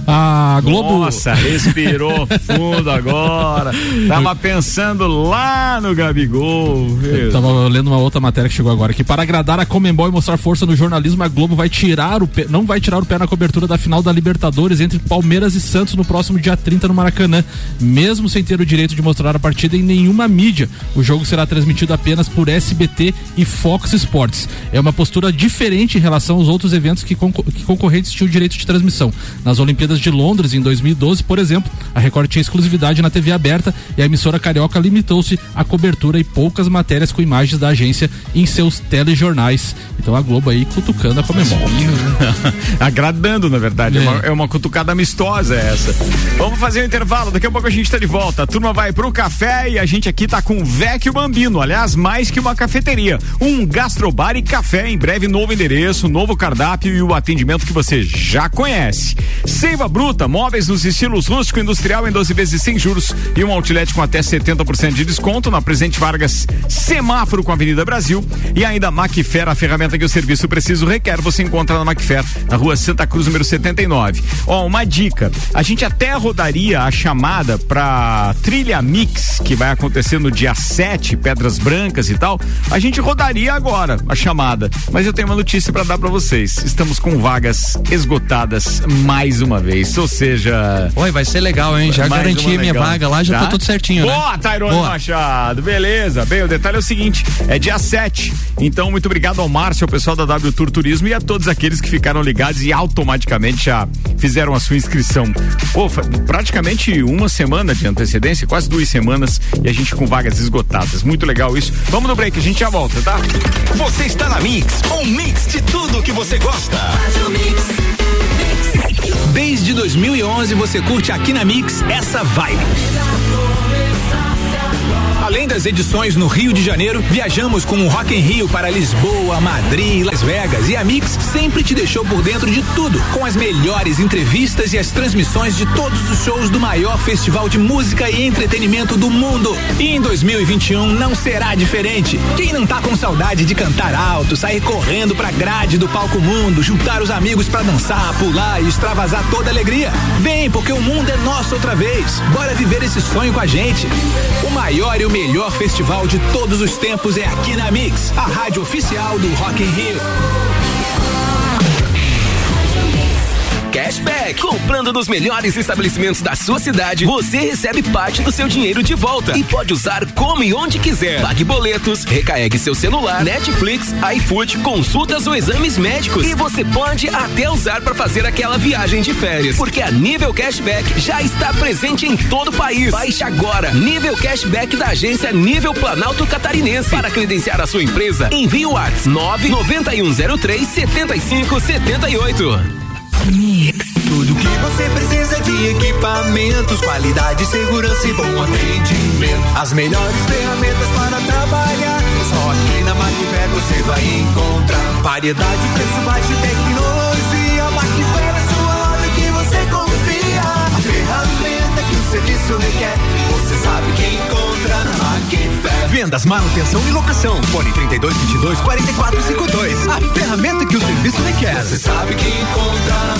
A Globo... Nossa, respirou fundo agora. Tava pensando lá no Gabigol. Eu tava lendo uma outra matéria que chegou agora, que para agradar a Conmebol e mostrar força no jornalismo, a Globo vai tirar o pé, não vai tirar o pé na cobertura da final da Libertadores entre Palmeiras e Santos no próximo dia trinta no Maracanã, mesmo sem ter o direito de mostrar a partida em nenhuma mídia. O jogo será transmitido apenas por S B T e Fox Sports. É uma postura diferente em relação aos outros eventos que, concor- que concorrentes tinham direito de transmissão. Nas Olimpíadas de Londres, em dois mil e doze, por exemplo, a Record tinha exclusividade na T V aberta e a emissora carioca limitou-se à cobertura e poucas matérias com imagens da agência em seus telejornais. Então a Globo aí cutucando a Conmebol. Agradando, na verdade. É. É, uma, é uma cutucada amistosa essa. Vamos fazer um intervalo, daqui a pouco a gente tá de volta. A turma vai pro café e a gente aqui tá com o Vecchio Bambino. Aliás, mais que uma cafeteria. Um gastrobar e café. Em breve, novo endereço, novo cardápio e o atendimento que você já conhece. Seiva Bruta, móveis nos estilos rústico e industrial em doze vezes sem juros e um outlet com até setenta por cento de desconto na Presidente Vargas, semáforo com a Avenida Brasil. E ainda Macfer, a ferramenta que o serviço preciso requer, você encontra na Macfer, na rua Santa Cruz, número setenta e nove. Ó, uma dica, a gente até rodaria a chamada pra Trilha Mix, que vai acontecer no dia sete, Pedras Brancas e tal, a gente rodaria agora a chamada, mas eu tenho uma notícia pra dar pra vocês, estamos com vagas esgotadas mais uma vez, ou seja... Oi, vai ser legal, hein? Já garanti minha legal. vaga lá, já, já tô tudo certinho, Boa, né? Tairone Machado, beleza. Bem, o detalhe é o seguinte, é dia sete, então muito obrigado ao Márcio, ao pessoal da W Tour Turismo e a todos aqueles que ficaram ligados e automaticamente já fizeram a sua inscrição. Pô, praticamente uma semana de antecedência, quase duas semanas e a gente com vagas esgotadas. Muito legal isso. Vamos no break, a gente já volta, tá? Você está na Mix, um mix de tudo que você gosta. Desde dois mil e onze você curte aqui na Mix essa vibe. Além das edições no Rio de Janeiro, viajamos com o Rock in Rio para Lisboa, Madrid, Las Vegas e a Mix sempre te deixou por dentro de tudo, com as melhores entrevistas e as transmissões de todos os shows do maior festival de música e entretenimento do mundo. E em dois mil e vinte e um não será diferente. Quem não tá com saudade de cantar alto, sair correndo pra grade do Palco Mundo, juntar os amigos pra dançar, pular e extravasar toda a alegria? Vem, porque o mundo é nosso outra vez. Bora viver esse sonho com a gente. O maior e o melhor festival de todos os tempos é aqui na Mix, a rádio oficial do Rock in Rio. Cashback. Comprando nos melhores estabelecimentos da sua cidade, você recebe parte do seu dinheiro de volta e pode usar como e onde quiser. Pague boletos, recarregue seu celular, Netflix, iFood, consultas ou exames médicos. E você pode até usar para fazer aquela viagem de férias, porque a Nível Cashback já está presente em todo o país. Baixe agora Nível Cashback da agência Nível Planalto Catarinense. Para credenciar a sua empresa, envie o WhatsApp nove nove um zero três sete cinco sete oito. Mix. Tudo que você precisa de equipamentos, qualidade, segurança e bom atendimento. As melhores ferramentas para trabalhar, só aqui na Macfer você vai encontrar. Variedade, preço baixo e tecnologia. Macfer é sua loja que você confia. A ferramenta que o serviço requer, você sabe que encontra na Macfer. Vendas, manutenção e locação. Fone trinta e dois, vinte e dois, quarenta e quatro, cinquenta e dois. A ferramenta que o serviço requer. Você sabe que encontra na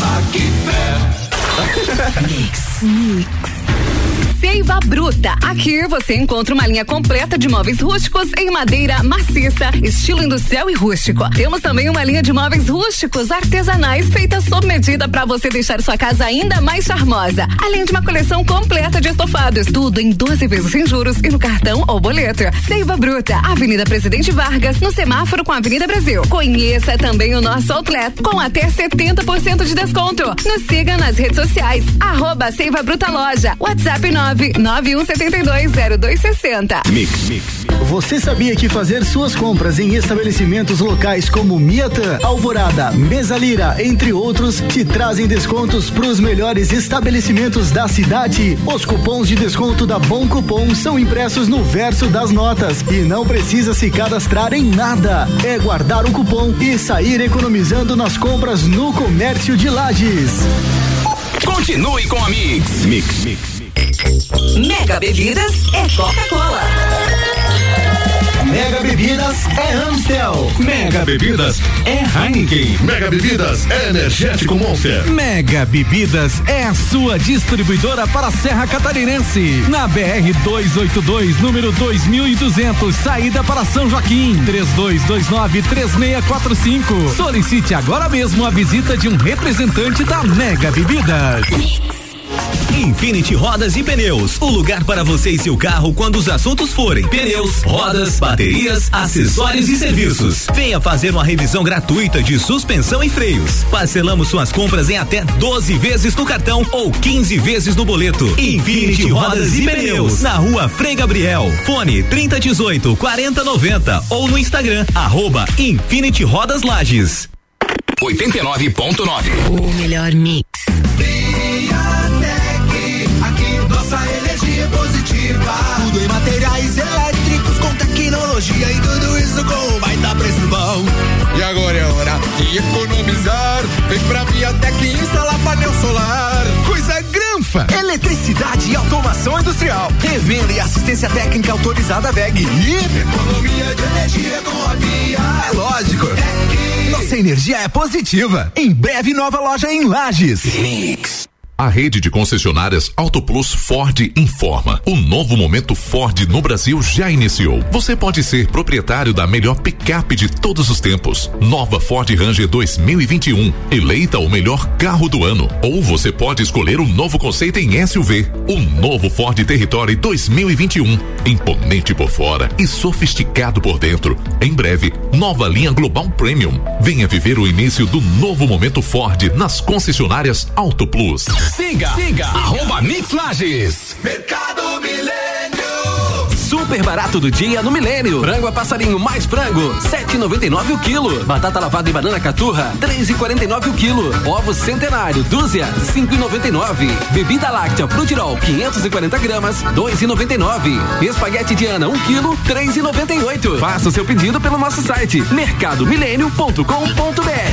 Macfer. Mix. Mix. Seiva Bruta. Aqui você encontra uma linha completa de móveis rústicos em madeira maciça, estilo industrial e rústico. Temos também uma linha de móveis rústicos artesanais feita sob medida para você deixar sua casa ainda mais charmosa. Além de uma coleção completa de estofados, tudo em doze vezes sem juros e no cartão ou boleto. Seiva Bruta, Avenida Presidente Vargas, no semáforo com a Avenida Brasil. Conheça também o nosso outlet com até setenta por cento de desconto. Nos siga nas redes sociais, arroba Seiva Bruta Loja, WhatsApp nove nove um sete dois zero dois seis zero. Mix, mix. Você sabia que fazer suas compras em estabelecimentos locais como Miatã, Alvorada, Mesa Lira, entre outros, te trazem descontos para os melhores estabelecimentos da cidade? Os cupons de desconto da Bom Cupom são impressos no verso das notas e não precisa se cadastrar em nada. É guardar um cupom e sair economizando nas compras no comércio de Lages. Continue com a Mix. Mix, mix. Mega Bebidas é Coca-Cola. Mega Bebidas é Amstel. Mega Bebidas é Heineken. Mega Bebidas é Energético Monster. Mega Bebidas é a sua distribuidora para a Serra Catarinense. Na B R duzentos e oitenta e dois, número dois mil e duzentos, saída para São Joaquim. três dois dois nove, três seis quatro cinco. Solicite agora mesmo a visita de um representante da Mega Bebidas. Infinity Rodas e Pneus, o lugar para você e seu carro quando os assuntos forem pneus, rodas, baterias, acessórios e serviços. Venha fazer uma revisão gratuita de suspensão e freios. Parcelamos suas compras em até doze vezes no cartão ou quinze vezes no boleto. Infinity Rodas e Pneus, na rua Frei Gabriel. Fone trinta dezoito, quarenta noventa ou no Instagram, arroba Infinity Rodas Lages. oitenta e nove ponto nove. O melhor mix. Nossa energia positiva. Tudo em materiais elétricos com tecnologia e tudo isso com um baita preço bom. E agora é hora de economizar. Vem pra Viatec e instalar painel solar. Coisa granfa. Eletricidade e automação industrial. Revenda e assistência técnica autorizada V E G. E economia de energia com a Via. É lógico. Tec. Nossa energia é positiva. Em breve nova loja em Lages. Mix. A rede de concessionárias Auto Plus Ford informa. O novo momento Ford no Brasil já iniciou. Você pode ser proprietário da melhor picape de todos os tempos. Nova Ford Ranger dois mil e vinte e um, eleita o melhor carro do ano. Ou você pode escolher o novo conceito em S U V. O novo Ford Territory dois mil e vinte e um, imponente por fora e sofisticado por dentro. Em breve, nova linha Global Premium. Venha viver o início do novo momento Ford nas concessionárias Auto Plus. Siga, siga, arroba Mix Lages. Mercado Milênio. Super barato do dia no Milênio. Frango a passarinho mais frango, sete e noventa e nove o quilo. Batata lavada e banana caturra, três e quarenta e nove o quilo. Ovos centenário, dúzia, cinco e noventa e nove. Bebida láctea Frutirol, quinhentos e quarenta gramas, dois e noventa e nove. Espaguete Diana, um quilo, três e noventa e oito. Faça o seu pedido pelo nosso site, mercado milênio ponto com ponto br.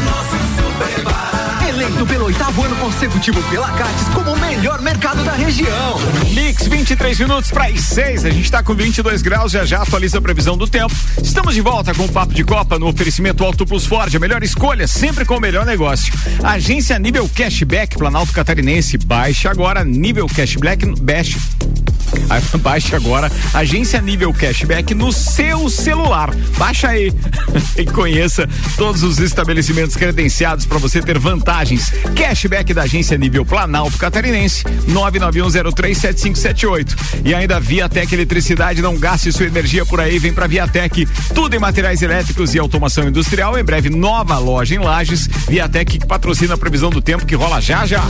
Eleito pelo oitavo ano consecutivo pela Cates como o melhor mercado da região. Mix, vinte e três minutos para as seis. A gente está com vinte e dois graus, já já atualiza a previsão do tempo. Estamos de volta com o Papo de Copa no oferecimento Auto Plus Ford, a melhor escolha, sempre com o melhor negócio. Agência Nível Cashback, Planalto Catarinense. Baixe agora, Nível Cashback, baixe. Baixe agora Agência Nível Cashback no seu celular. Baixa aí e conheça todos os estabelecimentos credenciados para você ter vantagens. Cashback da Agência Nível Planalto Catarinense, nove nove um zero três sete cinco sete oito. E ainda Viatec Eletricidade, não gaste sua energia por aí, vem pra Viatec, tudo em materiais elétricos e automação industrial. Em breve nova loja em Lages. Viatec que patrocina a previsão do tempo que rola já já.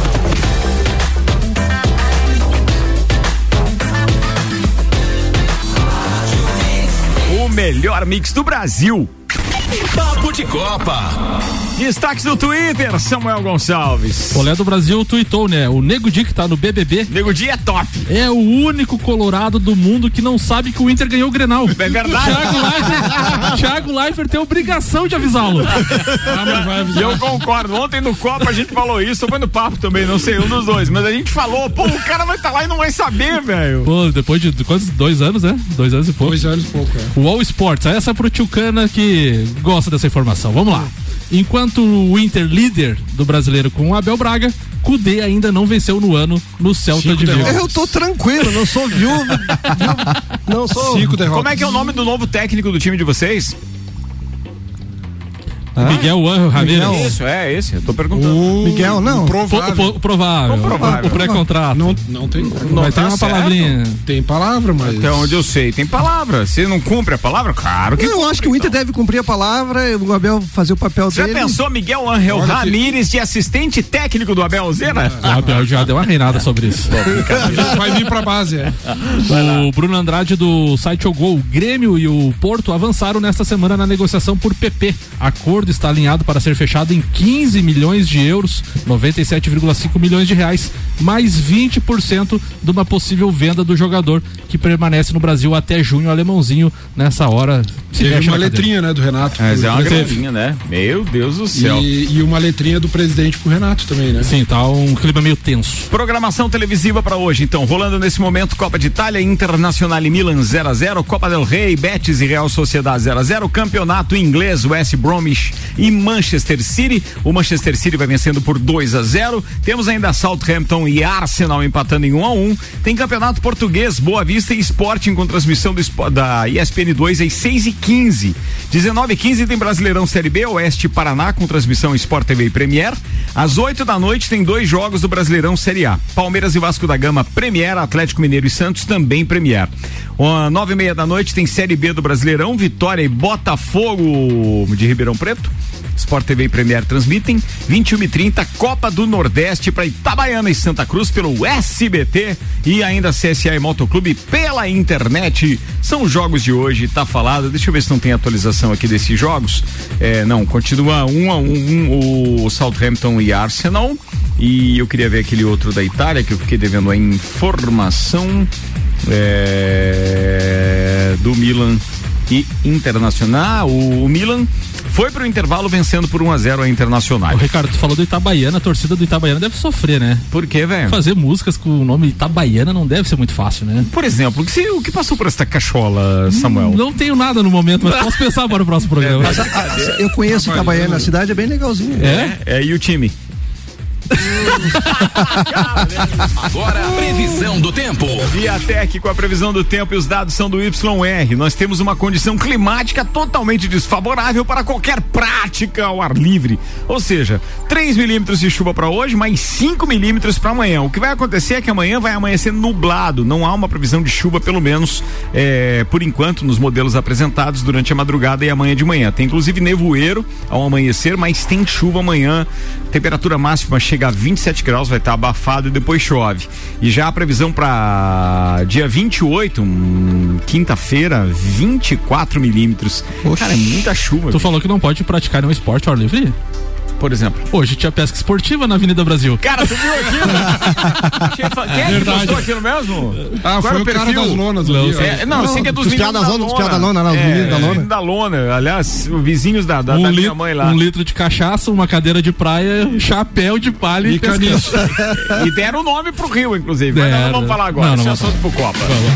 O melhor mix do Brasil. Papo de Copa. Destaques do Twitter, Samuel Gonçalves. O Olé do Brasil tweetou, né? O Nego Di, que tá no B B B. Nego Di é top. É o único colorado do mundo que não sabe que o Inter ganhou o Grenal. É verdade. Thiago Leifert, Thiago Leifert tem a obrigação de avisá-lo. Ah, e eu concordo. Ontem no Copa a gente falou isso, ou foi no Papo também, não sei, um dos dois. Mas a gente falou, pô, o cara vai estar tá lá e não vai saber, velho. Pô, depois de quantos? Dois anos, né? Dois anos e pouco. Dois anos e pouco, é. O All Sports, essa pro Tchucana que gosta dessa informação. Vamos lá. Enquanto o Inter líder do brasileiro com o Abel Braga, Cudê ainda não venceu no ano no Celta Cinco de Vigo. Eu tô tranquilo, não sou viúva. Não sou. Cinco derrotas. Como é que é o nome do novo técnico do time de vocês? Ah? Miguel Angel Ramírez. Isso, é esse, eu tô perguntando. O Miguel, não. O provável. O, provável. O, provável. o pré-contrato. Não, não tem. Não, vai ter tá uma certo. Palavrinha. Tem palavra, mas. Até onde eu sei, tem palavra. Se não cumpre a palavra, claro que. Eu cumpre, acho que o Inter então. deve cumprir a palavra, o Abel fazer o papel Você dele. Já pensou Miguel Angel Olha Ramírez que... de assistente técnico do Abel Zena? O Abel já deu uma reinada sobre isso. Vai vir pra base, é. O Bruno Andrade do site O Gol, Grêmio e o Porto avançaram nesta semana na negociação por P P, acordo acordo está alinhado para ser fechado em quinze milhões de euros, noventa e sete vírgula cinco milhões de reais, mais vinte por cento de uma possível venda do jogador que permanece no Brasil até junho. Alemãozinho, nessa hora, se teve uma letrinha, letrinha, né, do Renato. Mas é uma graninha, né? Meu Deus do céu. E, e uma letrinha do presidente pro Renato também, né? Sim, tá um clima meio tenso. Programação televisiva para hoje, então, rolando nesse momento Copa de Itália, Internacional e Milan zero a zero, Copa del Rey, Betis e Real Sociedade zero a zero, Campeonato Inglês, West Bromwich e Manchester City. O Manchester City vai vencendo por dois a zero. Temos ainda Southampton e Arsenal empatando em um a um. Tem Campeonato Português, Boa Vista e Sporting com transmissão do, da E S P N dois às seis e quinze. dezenove e quinze tem Brasileirão Série B, Oeste Paraná com transmissão Sport T V e Premier. Às oito da noite tem dois jogos do Brasileirão Série A. Palmeiras e Vasco da Gama Premier, Atlético Mineiro e Santos também Premier. Uh, nove e meia da noite tem Série B do Brasileirão, Vitória e Botafogo de Ribeirão Preto. Sport T V e Premier transmitem. vinte e uma e trinta, Copa do Nordeste para Itabaiana e Santa Cruz pelo S B T e ainda C S A e Motoclube pela internet. São os jogos de hoje, tá falado. Deixa eu ver se não tem atualização aqui desses jogos. É, não, continua um a um, um o Southampton e Arsenal. E eu queria ver aquele outro da Itália que eu fiquei devendo a informação é, do Milan e Internacional. O, o Milan foi pro intervalo vencendo por um a zero a Internacional. Ô, Ricardo, tu falou do Itabaiana, a torcida do Itabaiana deve sofrer, né? Por quê, velho? Fazer músicas com o nome Itabaiana não deve ser muito fácil, né? Por exemplo, o que, o que passou por essa cachola, Samuel? Não, não tenho nada no momento, mas posso pensar para o próximo programa. É, eu conheço Itabaiana, a cidade é bem legalzinha. É? É, e o time? Agora a previsão do tempo. Viatec com a previsão do tempo e os dados são do Y R. Nós temos uma condição climática totalmente desfavorável para qualquer prática ao ar livre. Ou seja, três milímetros de chuva para hoje, mais cinco milímetros para amanhã. O que vai acontecer é que amanhã vai amanhecer nublado. Não há uma previsão de chuva, pelo menos é, por enquanto, nos modelos apresentados durante a madrugada e amanhã de manhã. Tem inclusive nevoeiro ao amanhecer, mas tem chuva amanhã. Temperatura máxima chega a vinte e sete graus, vai estar abafado e depois chove. E já a previsão para dia vinte e oito, hum, quinta-feira, vinte e quatro milímetros. Poxa. Cara, é muita chuva. Tu bicho. Falou que não pode praticar nenhum esporte ao ar livre? Por exemplo. Hoje tinha pesca esportiva na Avenida Brasil. Cara, tu viu aquilo? Quem é que postou aquilo mesmo? Ah, Qual foi o, o cara das lonas. Não, é, não, não, eu sei que é dos meninos da lona. Os piadas da lona, não, os meninos da lona. da lona. Aliás, os vizinhos da, da, um da litro, minha mãe lá. Um litro de cachaça, uma cadeira de praia, chapéu de palha e, e caniço. E deram o nome pro Rio, inclusive. Mas nós não vamos falar agora. Esse é assunto pro Copa.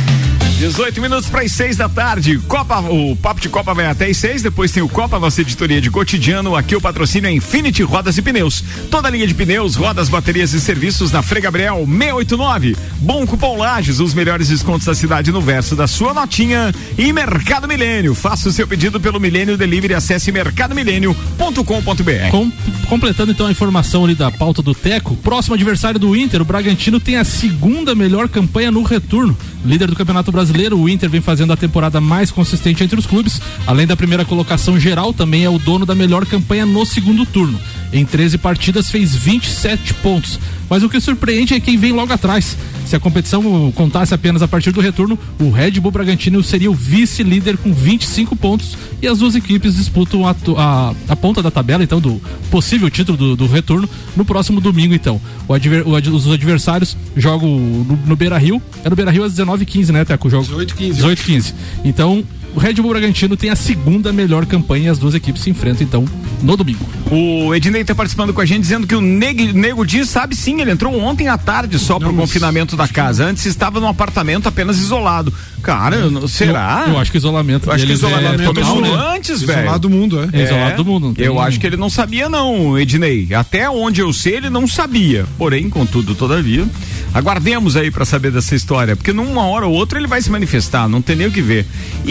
dezoito minutos para as seis da tarde. Copa, o Papo de Copa vai até as seis. Depois tem o Copa, nossa editoria de cotidiano. Aqui o patrocínio é Infinity Rodas e Pneus. Toda a linha de pneus, rodas, baterias e serviços na Frei Gabriel seiscentos e oitenta e nove. Bom Cupom Lages, os melhores descontos da cidade no verso da sua notinha. E Mercado Milênio. Faça o seu pedido pelo Milênio Delivery. Acesse mercado milênio ponto com ponto b r. Com, completando então a informação ali da pauta do Teco. Próximo adversário do Inter, o Bragantino tem a segunda melhor campanha no retorno. Líder do Campeonato Brasileiro, o Inter vem fazendo a temporada mais consistente entre os clubes. Além da primeira colocação geral, também é o dono da melhor campanha no segundo turno. Em treze partidas fez vinte e sete pontos. Mas o que surpreende é quem vem logo atrás. Se a competição contasse apenas a partir do retorno, o Red Bull Bragantino seria o vice-líder com vinte e cinco pontos e as duas equipes disputam a, a, a ponta da tabela, então, do possível título do, do retorno no próximo domingo, então. O adver, o, os adversários jogam no, no Beira-Rio. É no Beira-Rio às dezenove e quinze, né, Teco? Jogo dezoito e quinze. dezoito e quinze. Então, o Red Bull Bragantino tem a segunda melhor campanha e as duas equipes se enfrentam, então, no domingo. O Ednei está participando com a gente dizendo que o Nego, Nego Dias sabe sim, ele entrou ontem à tarde só pro confinamento da casa. Antes estava num apartamento apenas isolado. Cara, eu, será? Eu, eu acho que o isolamento eu acho que isolamento é começou total, né? antes, velho. Isolado do mundo, é. é. Isolado do mundo. Eu tem... acho que ele não sabia não, Ednei. Até onde eu sei, ele não sabia. Porém, contudo, todavia, aguardemos aí pra saber dessa história, porque numa hora ou outra ele vai se manifestar, não tem nem o que ver.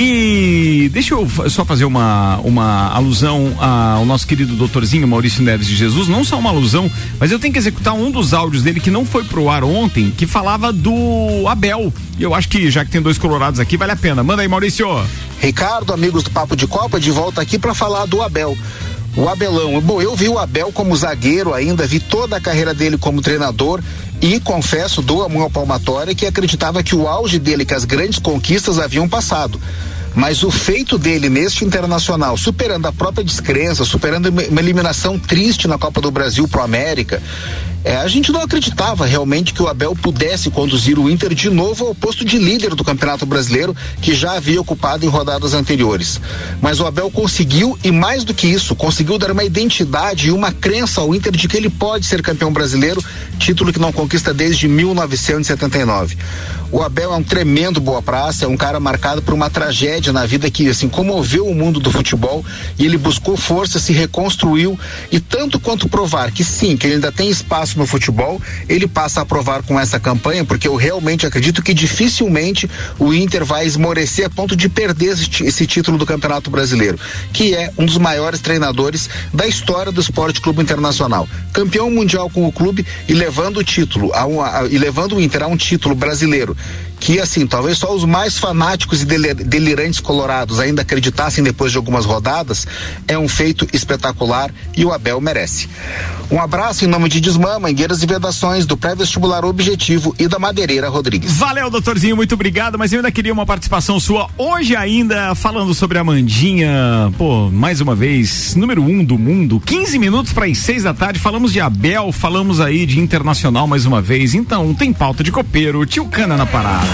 E deixa eu só fazer uma, uma alusão ao nosso querido doutorzinho Maurício Neves de Jesus, não só uma alusão, mas eu tenho que executar um dos áudios dele que não foi pro ar ontem, que falava do Abel. E eu acho que, já que tem dois colorados aqui, vale a pena. Manda aí, Maurício. Ricardo, amigos do Papo de Copa, de volta aqui para falar do Abel. O Abelão. Bom, eu vi o Abel como zagueiro ainda, vi toda a carreira dele como treinador e, confesso, dou a mão à palmatória que acreditava que o auge dele, que as grandes conquistas haviam passado. mas o feito dele neste Internacional, superando a própria descrença, superando uma eliminação triste na Copa do Brasil pro América, é, a gente não acreditava realmente que o Abel pudesse conduzir o Inter de novo ao posto de líder do Campeonato Brasileiro, que já havia ocupado em rodadas anteriores. Mas o Abel conseguiu, e mais do que isso, conseguiu dar uma identidade e uma crença ao Inter de que ele pode ser campeão brasileiro, título que não conquista desde mil novecentos e setenta e nove. O Abel é um tremendo boa praça, é um cara marcado por uma tragédia na vida que, assim, comoveu o mundo do futebol, e ele buscou força, se reconstruiu, e tanto quanto provar que sim, que ele ainda tem espaço no futebol, ele passa a provar com essa campanha, porque eu realmente acredito que dificilmente o Inter vai esmorecer a ponto de perder esse, esse título do Campeonato Brasileiro, que é um dos maiores treinadores da história do Esporte Clube Internacional. Campeão mundial com o clube e levando o título, a um, a, e levando o Inter a um título brasileiro, que assim, talvez só os mais fanáticos e delirantes colorados ainda acreditassem depois de algumas rodadas, é um feito espetacular e o Abel merece. Um abraço em nome de Desmã, Mangueiras e Vedações, do Pré-Vestibular Objetivo e da Madeireira Rodrigues. Valeu, doutorzinho, muito obrigado, mas eu ainda queria uma participação sua hoje ainda, falando sobre a Mandinha, pô, mais uma vez, número um do mundo, quinze minutos para as seis da tarde, falamos de Abel, falamos aí de Internacional mais uma vez, então tem pauta de copeiro, Tio Cana na parada.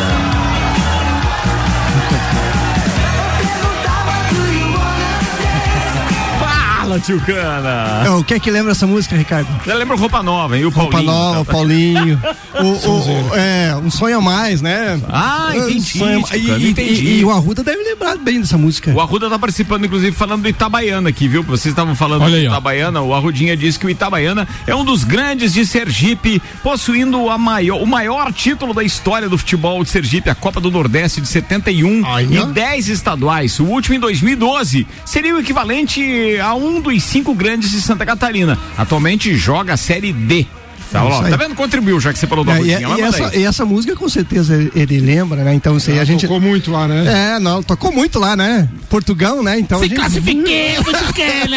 Fala, Tio Cana. O que é que lembra essa música, Ricardo? Ela lembra Roupa Nova, hein? O Roupa Paulinho. Nova, o Paulinho. o, o, é, um sonho a mais, né? Ah, entendi. Um e, e, entendi. E, e o Arruda deve lembrar bem dessa música. O Arruda tá participando, inclusive, falando do Itabaiana aqui, viu? Vocês estavam falando Olha do aí, Itabaiana. O Arrudinha disse que o Itabaiana é um dos grandes de Sergipe, possuindo a maior, o maior título da história do futebol de Sergipe, a Copa do Nordeste de setenta e um, Ai, e dez estaduais. O último em dois mil e doze seria o equivalente a um dos cinco grandes de Santa Catarina. Atualmente joga a Série D. Tá, ó, tá vendo? Contribuiu, já que você falou do é, e, e, essa, e essa música com certeza ele, ele lembra, né? Então isso aí a gente. Tocou muito lá, né? É, não, tocou muito lá, né? Portugal, né? Então. Se gente... classifiquei, muito quer,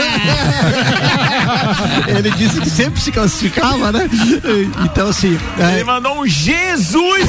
Ele disse que sempre se classificava, né? Então assim. Ele é... mandou um Jesus!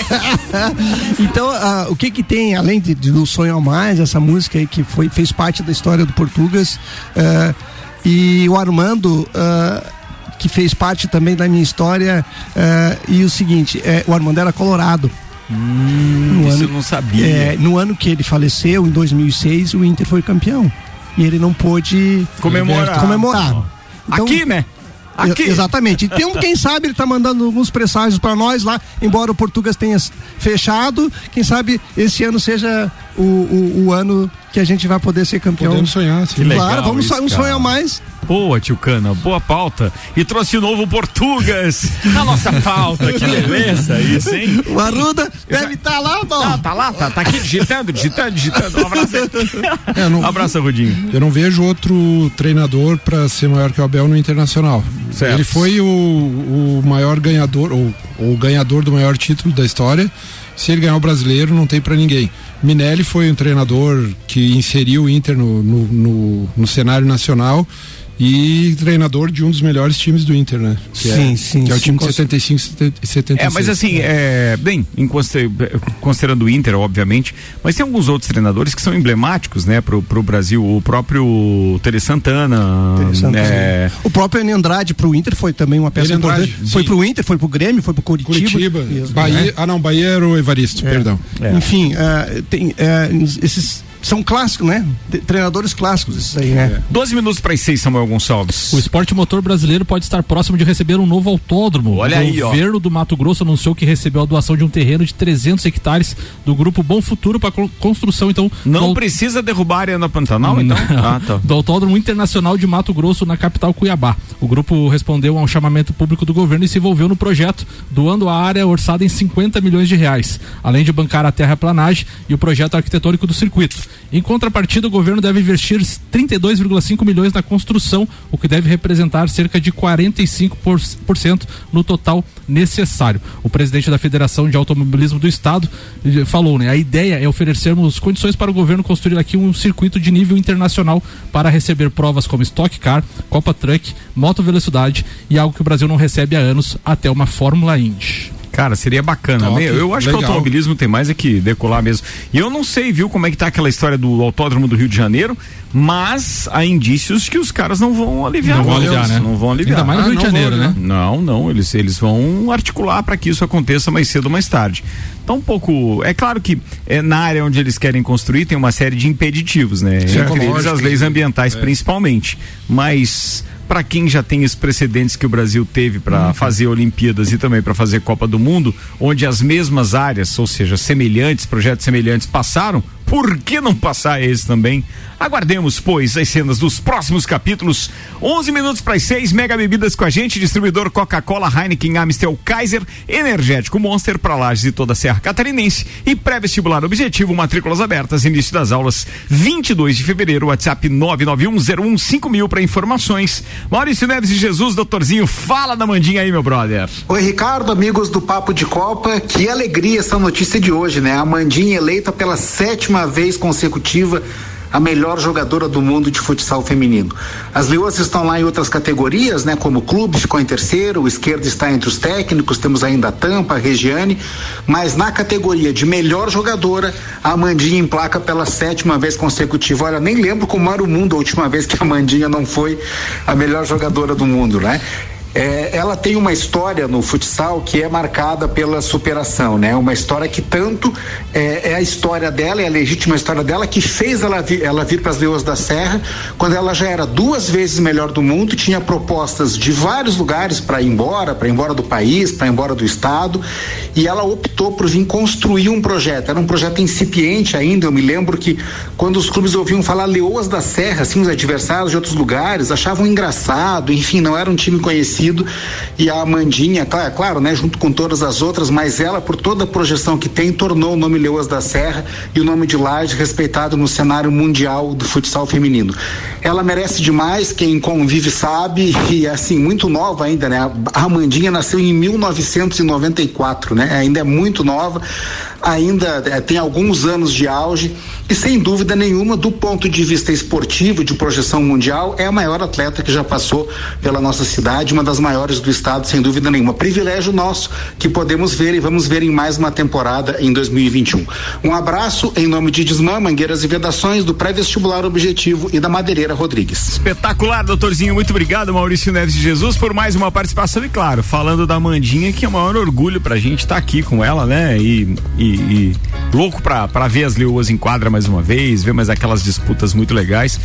Então, uh, o que que tem, além de, de do Sonho a Mais, essa música aí que foi, fez parte da história do Portugas, uh, e o Armando. Uh, que fez parte também da minha história, uh, e o seguinte, é, o Armando era colorado. Hum, no isso ano, eu não sabia. É, no ano que ele faleceu, em dois mil e seis, o Inter foi campeão. E ele não pôde comemorar. comemorar. Então, aqui, né? Aqui. Exatamente. Então, quem sabe ele tá mandando alguns presságios para nós lá, embora o Portugas tenha fechado, quem sabe esse ano seja o, o, o ano que a gente vai poder ser campeão. Podemos sonhar, sim. Claro, vamos sonhar um sonho a mais. Boa, Tio Cana, boa pauta. E trouxe o novo Portugas na nossa pauta. Que beleza isso, hein? O Arruda deve estar tá lá, bom. Ah, tá lá, tá, tá aqui digitando, digitando, digitando. Um abraço aí. É, não, um abraço, Rudinho. Eu não vejo outro treinador para ser maior que o Abel no Internacional. Certo. Ele foi o, o maior ganhador, ou o ganhador do maior título da história. Se ele ganhar o brasileiro, não tem para ninguém. Minelli foi um treinador que inseriu o Inter no, no, no, no cenário nacional e treinador de um dos melhores times do Inter, né? Que sim, é, sim. Que é o sim, time de setenta e cinco e setenta e seis. É, mas assim, é, bem, considerando o Inter, obviamente, mas tem alguns outros treinadores que são emblemáticos, né, pro, pro Brasil. O próprio Tele Santana. Tele Santana. É... O próprio Enem Andrade pro Inter foi também uma peça Andrade, importante. Foi pro Inter, foi pro Grêmio, foi pro Curitiba. Curitiba. Isso, Bahia, né? Ah, não, Bahia era o Evaristo, é. perdão. É. Enfim, uh, tem uh, esses. São clássicos, né? De, treinadores clássicos, esses aí, né? É. doze minutos para as seis, Samuel Gonçalves. O esporte motor brasileiro pode estar próximo de receber um novo autódromo. Olha o aí, ó. O governo do Mato Grosso anunciou que recebeu a doação de um terreno de trezentos hectares do grupo Bom Futuro para construção, então. Não do... precisa derrubar a Arena Pantanal, então? Ah, tá. Do Autódromo Internacional de Mato Grosso, na capital Cuiabá. O grupo respondeu a um chamamento público do governo e se envolveu no projeto, doando a área orçada em cinquenta milhões de reais, além de bancar a terraplanagem e o projeto arquitetônico do circuito. Em contrapartida, o governo deve investir trinta e dois vírgula cinco milhões na construção, o que deve representar cerca de quarenta e cinco por cento no total necessário. O presidente da Federação de Automobilismo do Estado falou, né? A ideia é oferecermos condições para o governo construir aqui um circuito de nível internacional para receber provas como Stock Car, Copa Truck, Moto Velocidade e algo que o Brasil não recebe há anos, até uma Fórmula Indy. Cara, seria bacana. Top, eu, eu acho legal. que o automobilismo tem mais é que decolar mesmo. E eu não sei, viu, como é que tá aquela história do Autódromo do Rio de Janeiro, mas há indícios que os caras não vão aliviar. Não vão aliviar, né? Não vão aliviar. Ainda mais no Ah, Rio de não Janeiro, vão, né? Não, não, eles, eles vão articular para que isso aconteça mais cedo ou mais tarde. Então, um pouco, é claro que é, na área onde eles querem construir tem uma série de impeditivos, né? Sim, Entre eles as leis sim. ambientais É. principalmente, mas para quem já tem os precedentes que o Brasil teve para Uhum. fazer Olimpíadas e também para fazer Copa do Mundo, onde as mesmas áreas, ou seja, semelhantes, projetos semelhantes passaram, por que não passar esse também? Aguardemos, pois, as cenas dos próximos capítulos. onze minutos para as seis, Mega Bebidas com a gente, distribuidor Coca-Cola, Heineken, Amstel, Kaiser, Energético Monster para Lages e toda a Serra Catarinense e pré-vestibular Objetivo, matrículas abertas, início das aulas vinte e dois de fevereiro, WhatsApp nove nove um zero um cinco mil para informações. Maurício Neves de Jesus, doutorzinho, fala da Mandinha aí, meu brother. Oi, Ricardo, amigos do Papo de Copa, que alegria essa notícia de hoje, né? A Mandinha eleita pela sétima vez consecutiva a melhor jogadora do mundo de futsal feminino. As leoas estão lá em outras categorias, né? Como o clube ficou em terceiro, o esquerdo está entre os técnicos, temos ainda a Tampa, a Regiane, mas na categoria de melhor jogadora, a Amandinha emplaca pela sétima vez consecutiva. Olha, nem lembro como era o mundo a última vez que a Amandinha não foi a melhor jogadora do mundo, né? É, ela tem uma história no futsal que é marcada pela superação, né? Uma história que tanto é, é a história dela, é a legítima história dela, que fez ela vir, ela vir para as Leoas da Serra, quando ela já era duas vezes melhor do mundo, tinha propostas de vários lugares para ir embora, para ir embora do país, para ir embora do estado, e ela optou por vir construir um projeto. Era um projeto incipiente ainda. Eu me lembro que quando os clubes ouviam falar Leoas da Serra, assim, os adversários de outros lugares achavam engraçado, enfim, não era um time conhecido. E a Amandinha, claro, claro, né, junto com todas as outras, mas ela, por toda a projeção que tem, tornou o nome Leoas da Serra e o nome de Lages respeitado no cenário mundial do futsal feminino. Ela merece demais, quem convive sabe, e assim, muito nova ainda, né? A Amandinha nasceu em mil novecentos e noventa e quatro, né? Ainda é muito nova, ainda é, tem alguns anos de auge e, sem dúvida nenhuma, do ponto de vista esportivo, de projeção mundial, é a maior atleta que já passou pela nossa cidade, uma das maiores do estado, sem dúvida nenhuma. Privilégio nosso que podemos ver e vamos ver em mais uma temporada em dois mil e vinte e um. Um abraço em nome de Desmã, Mangueiras e Vedações, do pré-vestibular Objetivo e da Madeireira Rodrigues. Espetacular, doutorzinho. Muito obrigado, Maurício Neves de Jesus, por mais uma participação. E claro, falando da Mandinha, que é o maior orgulho pra gente estar tá aqui com ela, né? E, e, e louco pra, pra ver as Leoas em quadra mais uma vez, ver mais aquelas disputas muito legais.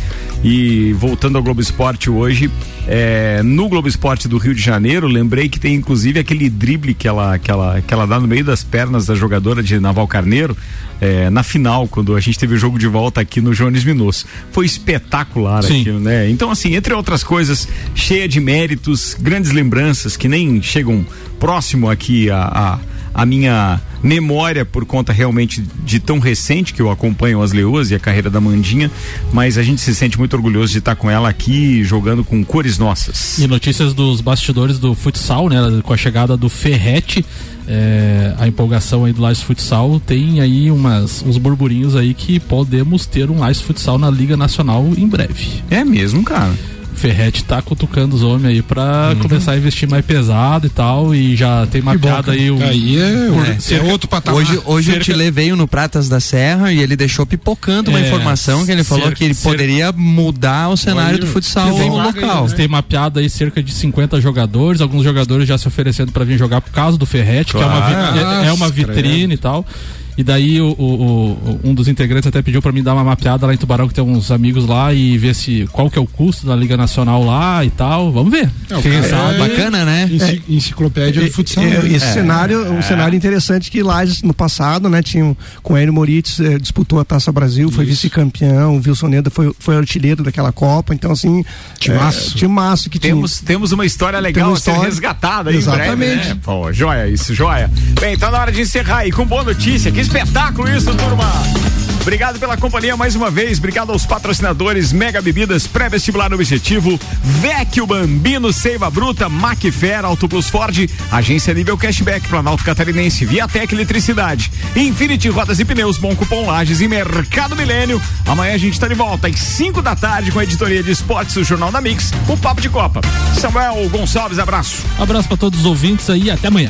E voltando ao Globo Esporte hoje, é, no Globo Esporte do Rio de Janeiro, lembrei que tem inclusive aquele drible que ela, que ela, que ela dá no meio das pernas da jogadora de Naval Carneiro, é, na final, quando a gente teve o jogo de volta aqui no Jones Minosso. Foi espetacular. Sim. Aquilo, né? Então, assim, entre outras coisas, cheia de méritos, grandes lembranças que nem chegam próximo aqui a, a, a minha memória, por conta realmente de tão recente que eu acompanho as Leoas e a carreira da Mandinha, mas a gente se sente muito orgulhoso de estar com ela aqui jogando com cores nossas. E notícias dos bastidores do futsal, né? Com a chegada do Ferrete, é, a empolgação aí do Lages Futsal, tem aí umas, uns burburinhos aí que podemos ter um Lages Futsal na Liga Nacional em breve. É mesmo, cara? Ferrete tá cutucando os homens aí pra uhum. começar a investir mais pesado e tal, e já tem mapeado aí o... Aí é, por, é, cerca, é outro patamar. Hoje, hoje cerca, o Tile veio no Pratas da Serra e ele deixou pipocando uma é, informação que ele falou cerca, que ele cerca, poderia mudar o cenário olha, do futsal tem, local. Tem mapeado aí cerca de cinquenta jogadores, alguns jogadores já se oferecendo pra vir jogar por causa do Ferrete, claro. Que é uma, é uma vitrine e tal. E daí o, o, o, um dos integrantes até pediu pra mim dar uma mapeada lá em Tubarão, que tem uns amigos lá, e ver se qual que é o custo da Liga Nacional lá e tal. Vamos ver. É, Quem sabe? É bacana, né? Enci, enciclopédia é, do futsal. É, esse é, cenário, é um cenário interessante que Lages no passado, né, tinha com o Hélio Moritz, eh, disputou a Taça Brasil, foi vice-campeão, o Wilson Neda foi, foi artilheiro daquela Copa, então assim, timaço. É, timaço que temos, tinha. Temos uma história legal uma a ser história, resgatada aí. exatamente. Em breve, né? Pô, joia isso, joia. Bem, tá na hora de encerrar aí com boa notícia. Que espetáculo isso, turma! Obrigado pela companhia mais uma vez, obrigado aos patrocinadores Mega Bebidas, pré-vestibular Objetivo, Vecchio Bambino, Seiva Bruta, Macfer, Auto Plus Ford, Agência Nível Cashback, Planalto Catarinense, Viatec Eletricidade, Infinity Rodas e Pneus, Bom Cupom Lages e Mercado Milênio. Amanhã a gente tá de volta às cinco da tarde com a editoria de esportes do Jornal da Mix, o Papo de Copa. Samuel Gonçalves, abraço. Abraço pra todos os ouvintes aí, até amanhã.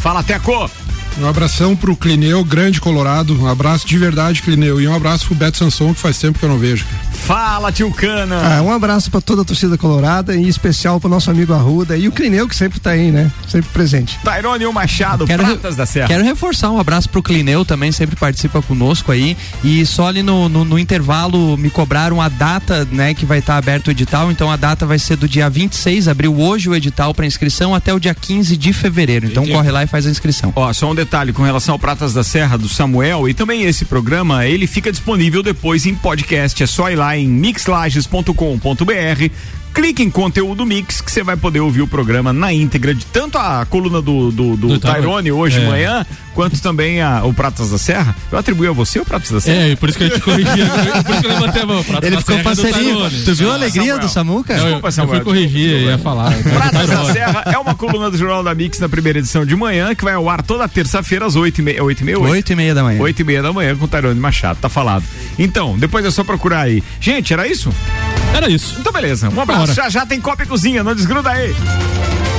Fala, Teco. Um abração pro Clineu, grande Colorado. Um abraço de verdade, Clineu. E um abraço pro Beto Sanson, que faz tempo que eu não vejo. Fala, tio Cana. Ah, um abraço pra toda a torcida colorada, em especial pro nosso amigo Arruda e o Clineu, que sempre tá aí, né? Sempre presente. Tairone Machado, quero Pratas da Serra. Quero reforçar um abraço pro Clineu, também sempre participa conosco aí. E só ali no, no, no intervalo me cobraram a data, né, que vai estar tá aberto o edital. Então a data vai ser do dia vinte e seis, abriu hoje o edital para inscrição até o dia quinze de fevereiro. Então Entendi. Corre lá e faz a inscrição. Ó, só um detalhe com relação ao Pratas da Serra do Samuel, e também esse programa, ele fica disponível depois em podcast. É só ir lá em mix lages ponto com ponto b r, clique em conteúdo Mix, que você vai poder ouvir o programa na íntegra, de tanto a coluna do, do, do, do Tairone hoje de é. manhã, quanto também a, o Pratas da Serra. Eu atribuí a você o Pratas da Serra? É, por isso que eu te corrigi, por isso que eu levantei a mão. Pratas Ele da ficou parceirinho. Tu viu a alegria Samuel. do Samuca? Desculpa, Samuel. Eu fui corrigir, eu ia falar. Pratas da Serra é uma coluna do Jornal da Mix na primeira edição de manhã, que vai ao ar toda terça-feira às oito e meia. Oito e meia? Oito e meia da manhã. Oito e meia da manhã com o Tairone Machado, tá falado. Então, depois é só procurar aí. Gente, era isso? Era isso. Então beleza, um abraço. Já já tem Copa e Cozinha, não desgruda aí.